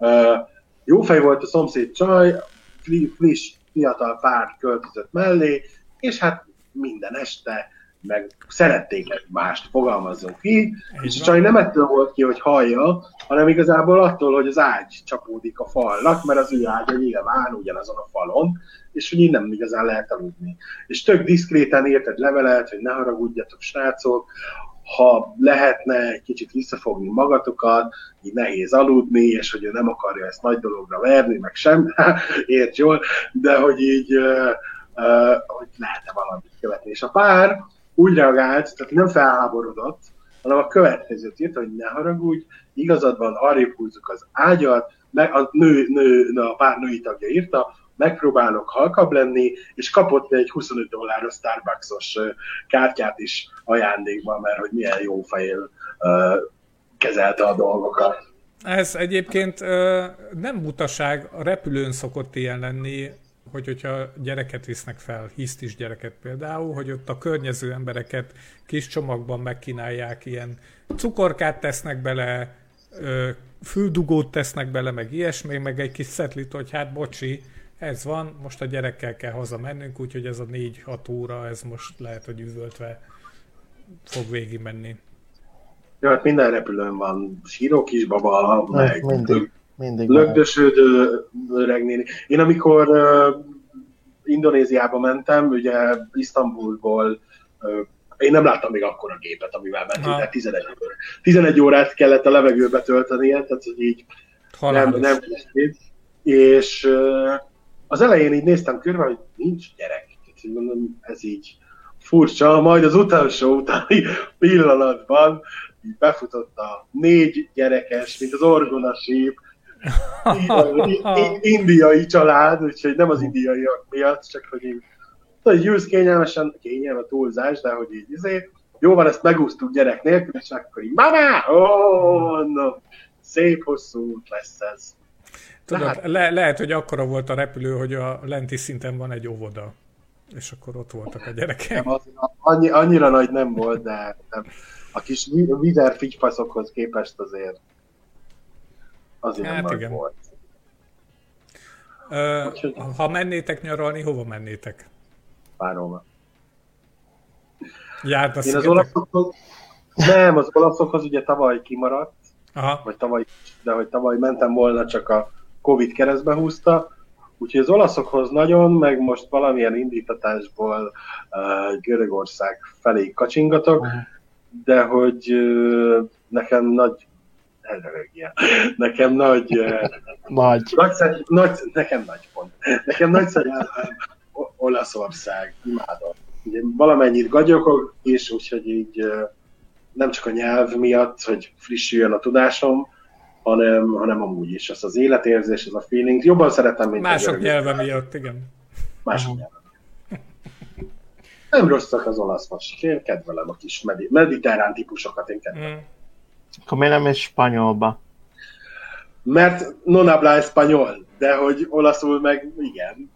S2: jó fej volt a szomszéd csaj, friss, fiatal pár költözött mellé, és hát minden este meg szerették egymást, fogalmazzunk így, és a csaj nem ettől volt ki, hogy hallja, hanem igazából attól, hogy az ágy csapódik a falnak, mert az ő ágya nyilván ugyanazon a falon, és hogy így nem igazán lehet aludni. És tök diszkréten írt egy levelet, hogy ne haragudjatok, srácok, ha lehetne egy kicsit visszafogni magatokat, így nehéz aludni, és hogy ő nem akarja ezt nagy dologra verni, meg sem, ért jól, de hogy így hogy lehet-e valamit követni. És a pár úgy reagált, tehát nem felháborodott, hanem a következőt írt, hogy ne haragudj, igazad van, arrébb húzzuk az ágyat, a pár női tagja írta, megpróbálok halkabb lenni, és kapott egy $25 Starbucks-os kártyát is ajándékban, mert hogy milyen jó fejjel kezelte a dolgokat.
S1: Ez egyébként nem butaság, a repülőn szokott ilyen lenni, hogyha gyereket visznek fel, hisztis gyereket például, hogy ott a környező embereket kis csomagban megkínálják, ilyen cukorkát tesznek bele, füldugót tesznek bele, meg ilyesmi, meg egy kis szetlit, hogy hát bocsi, ez van, most a gyerekkel kell hazamennünk, úgyhogy ez a 4-6 óra, ez most lehet, hogy üvöltve fog végigmenni.
S2: Ja, hát minden repülőn van síró kisbaba, meg
S3: mindig
S2: lögdösödő öreg néni. Én amikor Indonéziába mentem, ugye Isztambulból, én nem láttam még akkora gépet, amivel mentünk, de 11 órát kellett a levegőbe töltenie, tehát hogy így nem kis. És az elején így néztem körbe, hogy nincs gyerek. Tehát, mondom, ez így furcsa, majd az utolsó utáni pillanatban így befutott a 4 gyerekes, mint az orgonasíp, indiai család, úgyhogy nem az indiaiak miatt, csak hogy így, hogy ülsz kényelmesen, kényelme túlzás, de hogy így jó van, ezt megúsztuk gyerek nélkül, és akkor így, mamá, no, szép hosszú út lesz ez.
S1: Tudod, hát, lehet, hogy akkora volt a repülő, hogy a lenti szinten van egy óvoda, és akkor ott voltak a gyerekek.
S2: Annyira nagy nem volt, de nem. A kis vizer figyfaszokhoz képest azért hát nem igen. Volt.
S1: Ha mennétek nyaralni, hova mennétek?
S2: Páróba.
S1: Járt a
S2: szigetek? Az olaszokhoz ugye tavaly kimaradt, de hogy tavaly mentem volna, csak a Covid keresztbe húzta, úgyhogy az olaszokhoz nagyon, meg most valamilyen indítatásból Görögország felé kacsingatok, de hogy nekem nagy nekem nagy pont. Nekem nagy szerelmem Olaszország, imádom. Ugye valamennyit gagyogok, és úgyhogy így nem csak a nyelv miatt, hogy frissüljön a tudásom, hanem amúgy is. Az életérzés, az a feeling. Jobban szeretem, mint
S1: mások nyelve miatt, igen.
S2: Mások nyelve. Nem rosszak az olasz vasik. Én kedvelem a kis mediterrán típusokat, én kedvelem.
S3: Akkor miért nem is spanyolba?
S2: Mert non habla español, de hogy olaszul meg igen.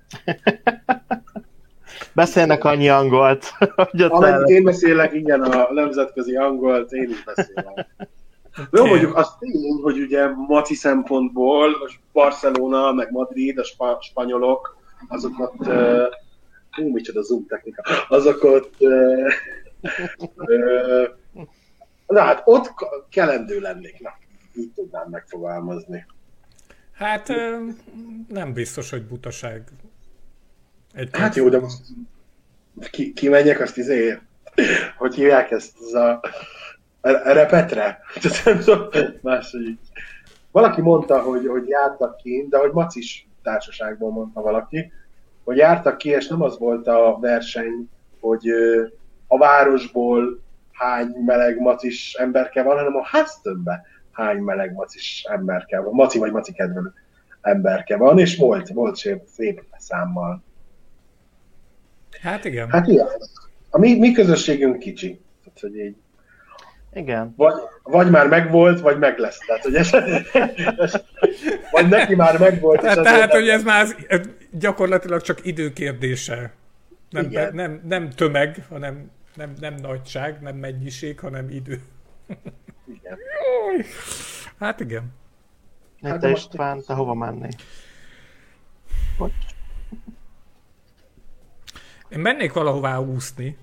S3: Beszélnek annyi angolt.
S2: Amennyit én beszélek, igen, a nemzetközi angolt, én is beszélek. Jó, mondjuk azt tény, hogy ugye maci szempontból Barcelona, meg Madrid, a spanyolok, azokat, micsoda zoom technika, azokat, na hát ott kelendő lennék, na, így tudnám megfogalmazni.
S1: Hát nem biztos, hogy butaság.
S2: Hát jó, de most kimenjek azt hogy hívják ezt, Erre Petre? Második. Valaki mondta, hogy jártak ki, de hogy macis társaságból mondta valaki, hogy jártak ki, és nem az volt a verseny, hogy a városból hány meleg macis emberke van, hanem a háztömbben hány meleg macis emberke van, maci vagy maci kedvelő emberke van, és volt szép számmal.
S1: Hát igen.
S2: Hát ilyen. A mi közösségünk kicsi. Tehát, hogy így.
S3: Igen.
S2: Vagy már megvolt, vagy meg lesz. Tehát, hogy vagy neki már megvolt.
S1: Tehát hogy ez már gyakorlatilag csak időkérdése. Nem tömeg, hanem nem nagyság, nem mennyiség, hanem idő.
S2: Igen.
S1: Hát igen.
S3: Te István, te hova mennél?
S1: Én mennék valahová úszni.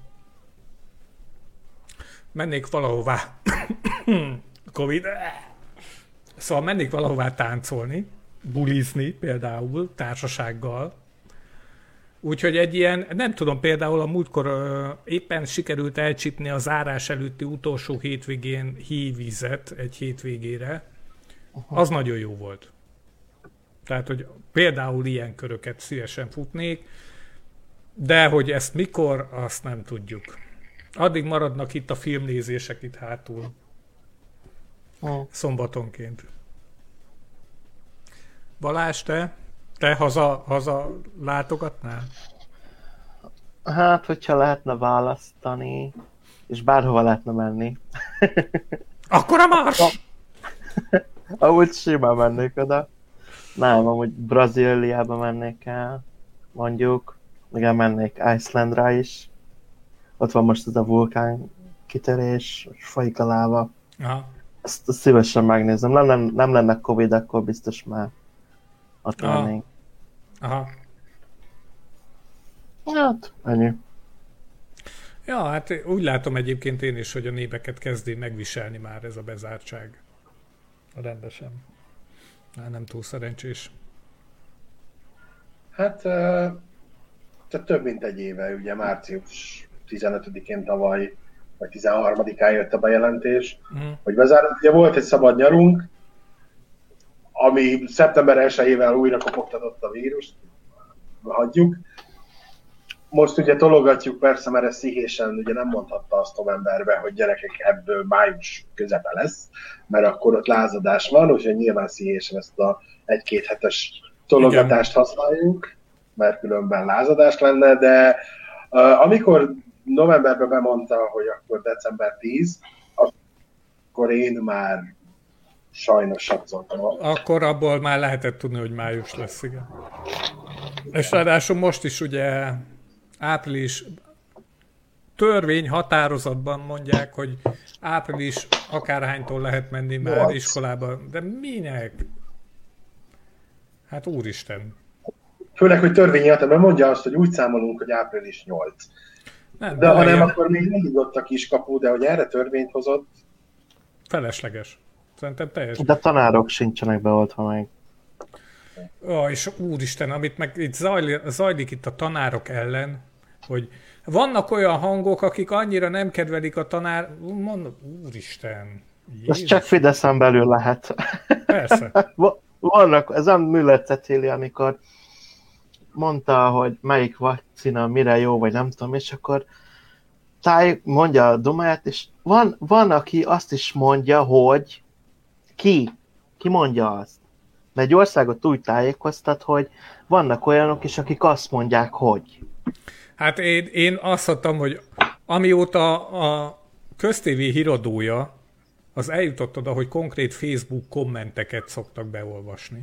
S1: Mennék valahová Covid. Szóval mennék valahová táncolni, bulizni például, társasággal. Úgyhogy egy ilyen, nem tudom, például a múltkor éppen sikerült elcsípni a zárás előtti utolsó hétvégén hívizet egy hétvégére. Az nagyon jó volt. Tehát, hogy például ilyen köröket szívesen futnék, de hogy ezt mikor, azt nem tudjuk. Addig maradnak itt a filmnézések itt hátul. Szombatonként. Balázs, te haza látogatnál?
S3: Hát, hogyha lehetne választani, és bárhova lehetne menni.
S1: Akkor a Mars!
S3: Amúgy simán mennék oda. Nem, amúgy Brazíliába mennék el, mondjuk. Igen, mennék Icelandra is. Ott van most ez a vulkán kitörés, folyik a láva.
S1: Aha.
S3: Ezt szívesen megnézem. Nem lenne Covid, akkor biztos már ott lennénk.
S1: Aha.
S3: Hát, ennyi.
S1: Ja, hát úgy látom egyébként én is, hogy a népeket kezdi megviselni már ez a bezártság. Rendesen. Nem túl szerencsés.
S2: Hát, tehát több mint egy éve, ugye március 15-én tavaly, vagy 13-án jött a bejelentés, hogy bezárult. Ugye volt egy szabad nyarunk, ami szeptember 1-ével újra kopogtatott a vírust, hagyjuk. Most ugye tologatjuk persze, mert ez szihésen ugye nem mondhatta azt novemberben, hogy gyerekek, ebből május közepe lesz, mert akkor ott lázadás van, úgyhogy nyilván szihésen ezt a 1-2 hetes tologatást használjuk, mert különben lázadás lenne, de amikor novemberben bemondta, hogy akkor december 10, akkor én már sajnos satszoltam.
S1: Akkor abból már lehetett tudni, hogy május lesz, igen. És ráadásul most is ugye április törvény határozatban mondják, hogy április akárhánytól lehet menni már iskolába. De minek? Hát úristen.
S2: Főleg, hogy törvényi hatályban mondja azt, hogy úgy számolunk, hogy április 8. De ha nem, akkor még mindig ott a kiskapu, de hogy erre törvényt hozott.
S1: Felesleges. Szerintem teljesen.
S3: De tanárok sincsenek beoltva meg.
S1: És úristen, amit meg itt zajlik itt a tanárok ellen, hogy vannak olyan hangok, akik annyira nem kedvelik a tanár... Mondom, úristen. Jézus.
S3: Ez csak Fideszen belül lehet.
S1: Persze.
S3: Vannak, ez a Müller Cecília, amikor mondta, hogy melyik vakcina mire jó, vagy nem tudom, és akkor mondja a dumáját, és van, aki azt is mondja, hogy ki mondja azt. Mert egy országot úgy tájékoztat, hogy vannak olyanok is, akik azt mondják, hogy.
S1: Hát én azt mondtam, hogy amióta a köztévé híradója, az eljutott oda, hogy konkrét Facebook kommenteket szoktak beolvasni.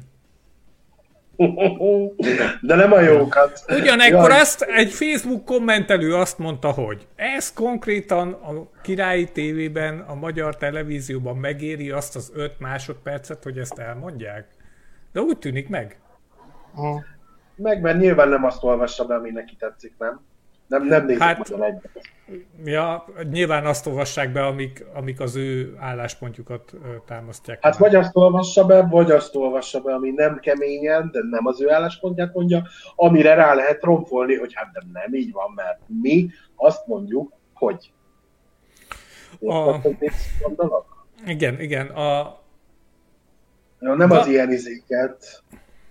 S2: De nem a jókat.
S1: Ugyanekkor azt egy Facebook kommentelő azt mondta, hogy ez konkrétan a Királyi tévében, a magyar televízióban megéri azt az 5 másodpercet, hogy ezt elmondják. De úgy tűnik meg.
S2: Mert nyilván nem azt olvassa be, ami neki tetszik, nem? Nem nézik nagyon egyet.
S1: Ja, nyilván azt olvassák be, amik az ő álláspontjukat támasztják.
S2: Hát vagy azt olvassa be, ami nem keményen, de nem az ő álláspontját mondja, amire rá lehet tromfolni, hogy hát de nem így van, mert mi azt mondjuk, hogy.
S1: Igen.
S2: Nem az ilyen izéket.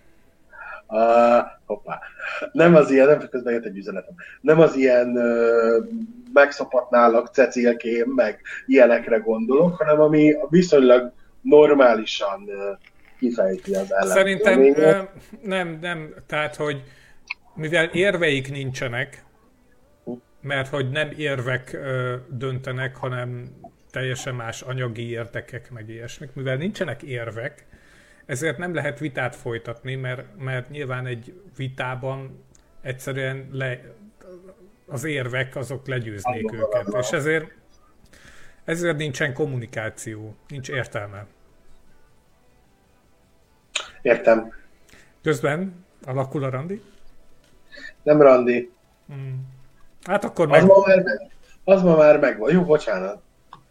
S2: Hoppá. Nem az ilyen, nem közben jött egy üzenetem. Nem az ilyen megszopatnálak cecilkém, meg ilyenekre gondolok, hanem ami viszonylag normálisan kifejti az
S1: Szerintem nem. Tehát, hogy mivel érveik nincsenek, mert hogy nem érvek döntenek, hanem teljesen más anyagi érdekek, meg ilyesmik. Mivel nincsenek érvek, ezért nem lehet vitát folytatni, mert nyilván egy vitában egyszerűen az érvek azok legyőznék őket. És ezért nincsen kommunikáció, nincs értelme.
S2: Értem.
S1: Közben alakul a randi?
S2: Nem randi.
S1: Hát akkor
S2: Az ma már megvan. Jó, bocsánat.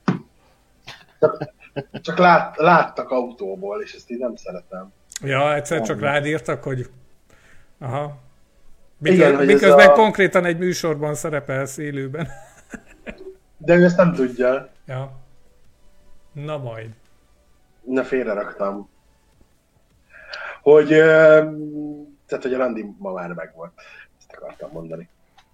S2: Csak láttak autóból, és ezt így nem szeretem.
S1: Ja, egyszer csak rád írtak, hogy aha.
S2: Miközben
S1: konkrétan egy műsorban szerepelsz élőben.
S2: De ő ezt nem tudja.
S1: Ja. Na majd.
S2: Na, félreraktam. Hogy a randi ma már megvolt. Ezt akartam mondani.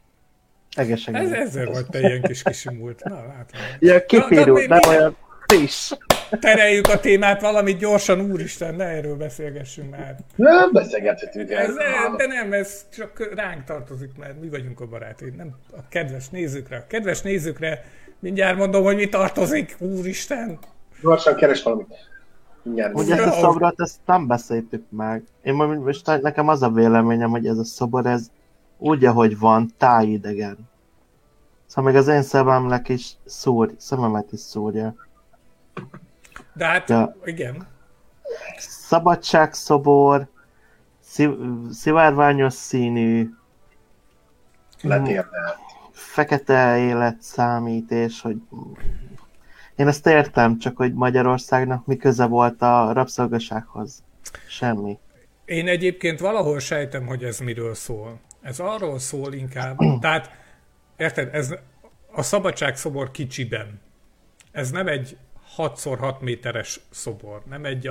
S1: Ezzel volt te ilyen kis kisimult. Na, látom.
S3: Ja, kipírult, nem olyan friss.
S1: Tereljük a témát valamit gyorsan, úristen, ne erről beszélgessünk már.
S2: Nem beszélgethetünk erről.
S1: De nem, ez csak ránk tartozik, mert mi vagyunk a barátaid, nem a kedves nézőkre. A kedves nézőkre mindjárt mondom, hogy mi tartozik, úristen.
S2: Gyorsan keres valamit.
S3: Hogy ezt a szobrot, ezt nem beszéltük meg. Én most nekem az a véleményem, hogy ez a szobor, ez úgy, ahogy van, tájidegen. Szóval még az én szememet is szúrja.
S1: De hát, igen.
S3: Szabadságszobor, szivárványos színű,
S2: letérdelt.
S3: Fekete életszámít, és hogy én ezt értem, csak hogy Magyarországnak mi köze volt a rabszolgasághoz. Semmi.
S1: Én egyébként valahol sejtem, hogy ez miről szól. Ez arról szól inkább, tehát érted, ez a szabadságszobor kicsiben. Ez nem egy 6x6 méteres szobor, nem egy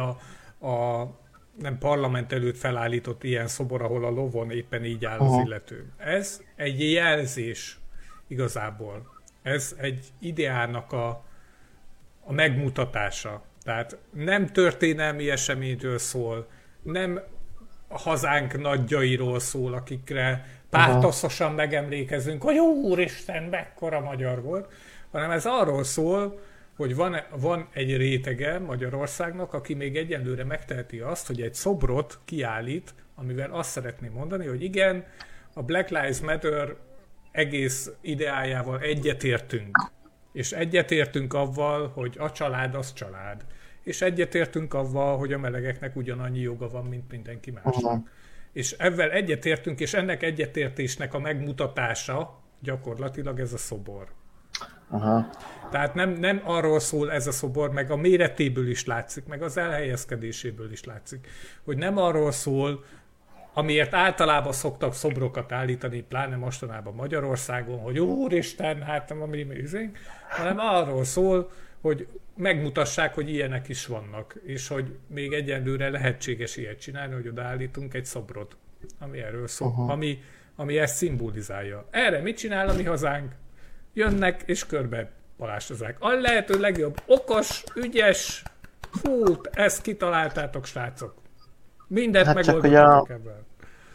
S1: nem parlament előtt felállított ilyen szobor, ahol a lovon éppen így áll az illető. Ez egy jelzés igazából. Ez egy ideának a megmutatása. Tehát nem történelmi eseményről szól, nem a hazánk nagyjairól szól, akikre pártoszosan megemlékezünk, hogy úristen, mekkora magyar volt, hanem ez arról szól, hogy van egy rétege Magyarországnak, aki még egyelőre megteheti azt, hogy egy szobrot kiállít, amivel azt szeretném mondani, hogy igen, a Black Lives Matter egész ideájával egyetértünk. És egyetértünk avval, hogy a család az család. És egyetértünk avval, hogy a melegeknek ugyanannyi joga van, mint mindenki másnak. És ezzel egyetértünk, és ennek egyetértésnek a megmutatása gyakorlatilag ez a szobor.
S3: Aha.
S1: Tehát nem arról szól ez a szobor, meg a méretéből is látszik, meg az elhelyezkedéséből is látszik, hogy nem arról szól, amiért általában szoktak szobrokat állítani, pláne mostanában Magyarországon, hogy úristen, hát nem a mi műzénk, hanem arról szól, hogy megmutassák, hogy ilyenek is vannak, és hogy még egyenlőre lehetséges ilyet csinálni, hogy odaállítunk egy szobrot, ami erről szól, ami ezt szimbolizálja. Erre mit csinál a mi hazánk? Jönnek és körbe palástozzák. A lehető legjobb, okos, ügyes, ezt kitaláltátok, srácok. Mindent hát megoldottak ebben.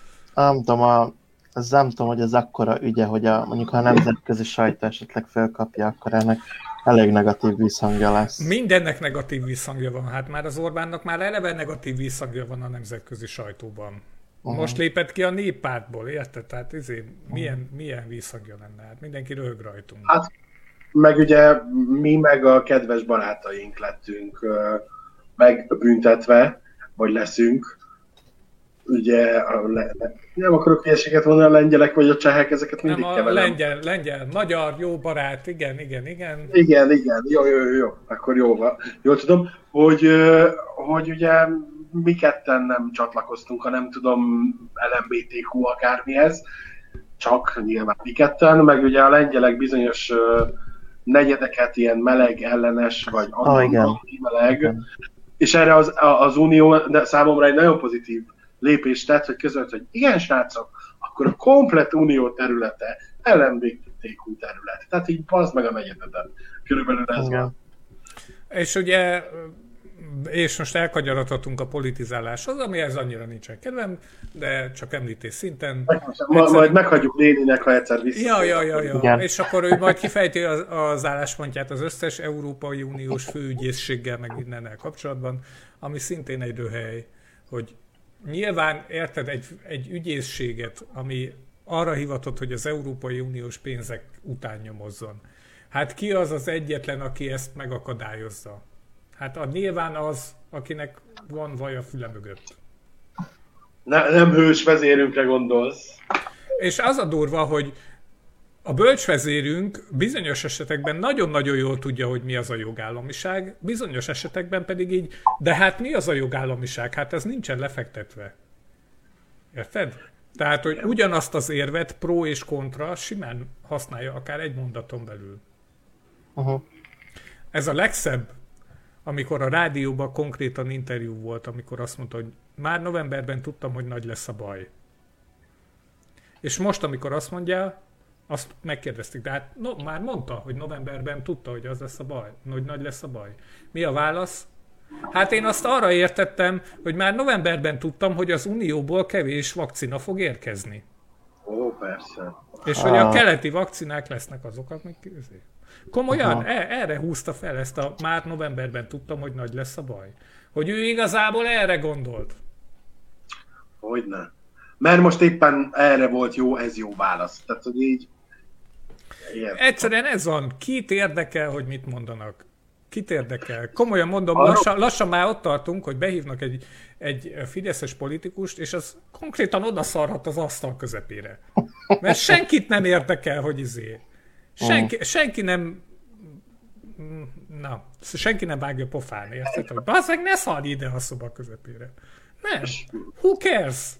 S3: Nem tudom, hogy ez akkora ügye, hogy mondjuk ha a nemzetközi sajtó esetleg felkapja, akkor ennek elég negatív visszhangja lesz. Mindennek
S1: negatív visszhangja van. Hát már az Orbánnak már eleve negatív visszhangja van a nemzetközi sajtóban. Most lépett ki a Néppártból, érted? Tehát milyen visszhangja lenne? Hát mindenki röhög rajtunk.
S2: Hát, meg ugye mi meg a kedves barátaink lettünk megbüntetve, vagy leszünk. Ugye nem akarok hülyeséget mondani, a lengyelek vagy a csehek, ezeket mindig kevelem.
S1: Lengyel, magyar, jó barát, igen.
S2: Igen, jó, akkor jól tudom, hogy ugye mi ketten nem csatlakoztunk, ha nem tudom, LMBTQ akármihez, csak nyilván mi ketten, meg ugye a lengyelek bizonyos negyedeket ilyen meleg ellenes, vagy meleg.
S3: Igen.
S2: És erre az Unió de számomra egy nagyon pozitív lépést tett, hogy közölt, hogy igen, srácok, akkor a komplet Unió területe LMBTQ terület. Tehát így bazd meg a negyedet. Körülbelül ez van.
S1: És ugye, és most elkanyarodhatunk a politizáláshoz, amihez annyira nincsen kedvem, de csak említés szinten.
S2: Majd meghagyjuk Léninek, ha egyszer vissza.
S1: Ja. És akkor ő majd kifejti az álláspontját az összes Európai Uniós főügyészséggel, meg mindennel kapcsolatban, ami szintén egy röhely, hogy nyilván érted egy ügyészséget, ami arra hivatott, hogy az Európai Uniós pénzek után nyomozzon. Hát ki az az egyetlen, aki ezt megakadályozza? Hát nyilván az, akinek van vaj a füle mögött.
S2: Nem hős vezérünkre gondolsz.
S1: És az a durva, hogy a bölcsvezérünk bizonyos esetekben nagyon-nagyon jól tudja, hogy mi az a jogállamiság, bizonyos esetekben pedig így, de hát mi az a jogállamiság? Hát ez nincsen lefektetve. Érted? Tehát, hogy ugyanazt az érvet, pro és kontra simán használja akár egy mondaton belül.
S3: Uh-huh.
S1: Ez a legszebb, amikor a rádióban konkrétan interjú volt, amikor azt mondta, hogy már novemberben tudtam, hogy nagy lesz a baj. És most, amikor azt mondja, azt megkérdezték, de hát már mondta, hogy novemberben tudta, hogy az lesz a baj, hogy nagy lesz a baj. Mi a válasz? Hát én azt arra értettem, hogy már novemberben tudtam, hogy az Unióból kevés vakcina fog érkezni.
S2: Ó, persze.
S1: És hogy a keleti vakcinák lesznek azok, amik komolyan, erre húzta fel ezt a már novemberben tudtam, hogy nagy lesz a baj. Hogy ő igazából erre gondolt.
S2: Hogyne. Mert most éppen erre volt jó, ez jó válasz. Tehát, hogy így... Ilyen.
S1: Egyszerűen ez van. Kit érdekel, hogy mit mondanak? Kit érdekel? Komolyan mondom, lassan már ott tartunk, hogy behívnak egy fideszes politikust, és az konkrétan odaszarhat az asztal közepére. Mert senkit nem érdekel, hogy senki nem... senki nem vágja pofán, érted? Hogy bazzeg, ne szarj ide a szoba közepére. Nem. Who cares?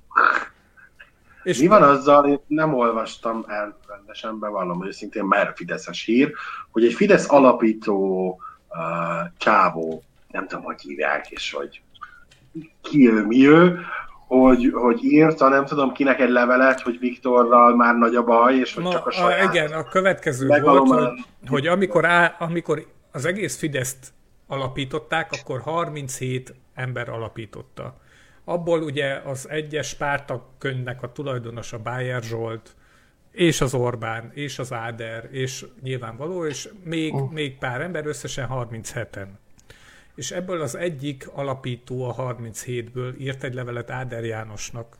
S2: És mi van azzal, én nem olvastam el rendesen, bevallom őszintén, mert fideszes hír, hogy egy Fidesz alapító csávó, nem tudom, hogy hívják, és hogy ki ő, mi ő, hogy írta, nem tudom kinek egy levelet, hogy Viktorral már nagy a baj, és hogy csak a saját...
S1: Igen, a következő volt, hogy amikor az egész Fideszt alapították, akkor 37 ember alapította. Abból ugye az egyes pártkönyvnek a tulajdonosa Bájer Zsolt, és az Orbán, és az Áder, és nyilvánvaló, és még pár ember, összesen 37-en. És ebből az egyik alapító a 37-ből írt egy levelet Áder Jánosnak.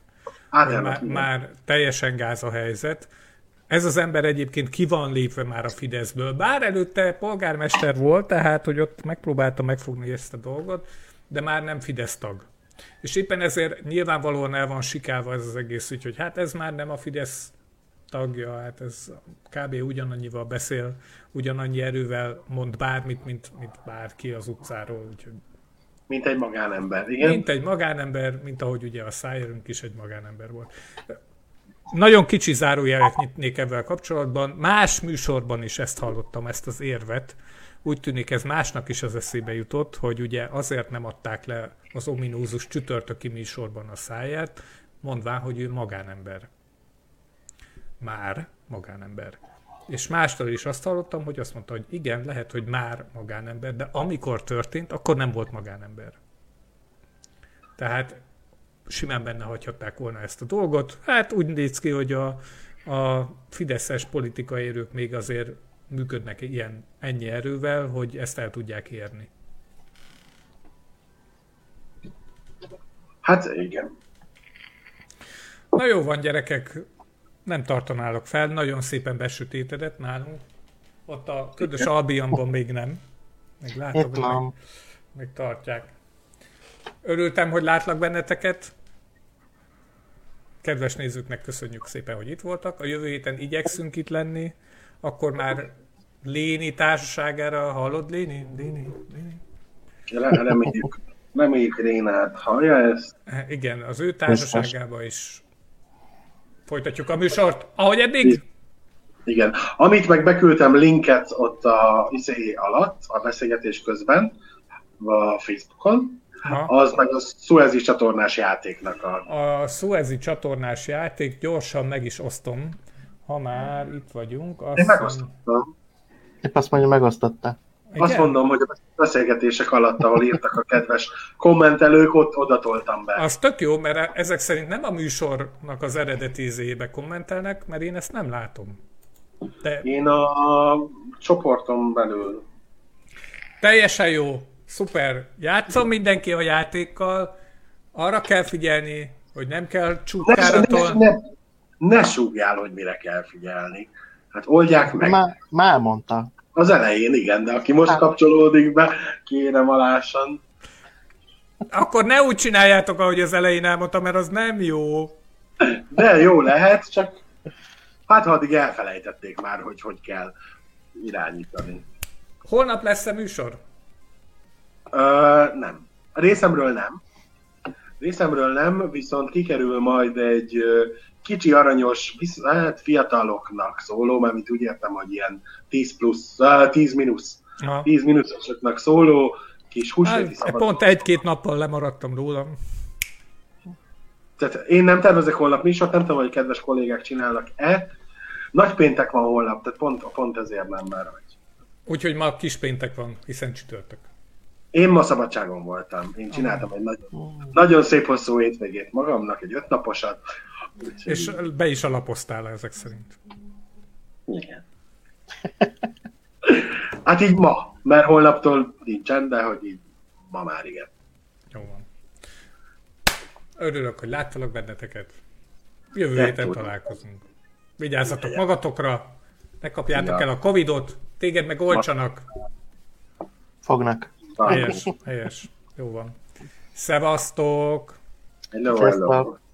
S1: Már teljesen gáz a helyzet. Ez az ember egyébként ki van lépve már a Fideszből. Bár előtte polgármester volt, tehát hogy ott megpróbálta megfogni ezt a dolgot, de már nem Fidesz tag. És éppen ezért nyilvánvalóan el van sikálva ez az egész ügy, hogy hát ez már nem a Fidesz tagja, hát ez kb. Ugyanannyival beszél, ugyanannyi erővel mond bármit, mint bárki az utcáról. Úgyhogy...
S2: Mint egy magánember, igen?
S1: Mint egy magánember, mint ahogy ugye a Szájerünk is egy magánember volt. Nagyon kicsi zárójelek nyitnék ebben kapcsolatban. Más műsorban is ezt hallottam, ezt az érvet. Úgy tűnik, ez másnak is az eszébe jutott, hogy ugye azért nem adták le az ominózus csütörtöki műsorban a Szájert, mondván, hogy ő magánember. Már magánember. És mástól is azt hallottam, hogy azt mondta, hogy igen, lehet, hogy már magánember, de amikor történt, akkor nem volt magánember. Tehát simán benne hagyhatták volna ezt a dolgot. Hát úgy néz ki, hogy a fideszes politikai erők még azért működnek ennyi erővel, hogy ezt el tudják érni.
S2: Hát igen.
S1: Na jó van, gyerekek, nem tartanálok fel, nagyon szépen besötétedett nálunk. Ott a ködös Albionban még nem. Meg látom, hogy még tartják. Örültem, hogy látlak benneteket. Kedves nézőknek köszönjük szépen, hogy itt voltak. A jövő héten igyekszünk itt lenni. Akkor már Léni társaságára, hallod Léni?
S2: Reméljük Rénát hallja ezt.
S1: Igen, az ő társaságába is folytatjuk a műsort. Ahogy eddig?
S2: Igen. Amit meg beküldtem linket ott a izé alatt, a beszélgetés közben, a Facebookon, az meg a Suezi csatornás játéknak
S1: a Suezi csatornás játék, gyorsan meg is osztom, ha már itt vagyunk.
S2: Én megosztottam.
S3: Épp azt mondja, megosztotta.
S2: Igen? Azt mondom, hogy a beszélgetések alatt, ahol írtak a kedves kommentelők, ott odatoltam be.
S1: Az tök jó, mert ezek szerint nem a műsornak az eredeti izébe kommentelnek, mert én ezt nem látom. De...
S2: Én a csoporton belül.
S1: Teljesen jó, szuper. Játszom mindenki a játékkal, arra kell figyelni, hogy nem kell csúkkáraton.
S2: Ne súgjál, hogy mire kell figyelni. Hát oldják meg.
S3: Már mondta.
S2: Az elején igen, de aki most kapcsolódik be, kérem alásan.
S1: Akkor ne úgy csináljátok, ahogy az elején elmondtam, mert az nem jó.
S2: De jó lehet, csak hát ha addig elfelejtették már, hogy kell irányítani.
S1: Holnap lesz-e műsor?
S2: Nem. A részemről nem, viszont kikerül majd egy kicsi aranyos, hát fiataloknak szóló, mert mint úgy értem, hogy ilyen 10 mínuszosoknak szóló kis húsvéti szabadon.
S1: Pont 1-2 nappal lemaradtam rólam.
S2: Tehát én nem tervezek holnap műsort, nem tudom, hogy kedves kollégák csinálnak-e. Nagy péntek van holnap, tehát pont ezért nem már vagy.
S1: Úgyhogy ma kis péntek van, hiszen csütörtök.
S2: Én ma szabadságon voltam. Én csináltam egy nagyon szép hosszú hétvégét magamnak, egy 5 naposat.
S1: És be is alapoztál ezek szerint.
S2: Igen. Hát így ma, mert holnaptól nincsen, de hogy így ma már igen.
S1: Jó van. Örülök, hogy láttalak benneteket. Jövő héten találkozunk. Vigyázzatok magatokra, ne kapjátok el a Covidot, téged meg oltsanak.
S3: Fognak.
S1: Helyes. Jó van. Szevasztok!
S2: Hello.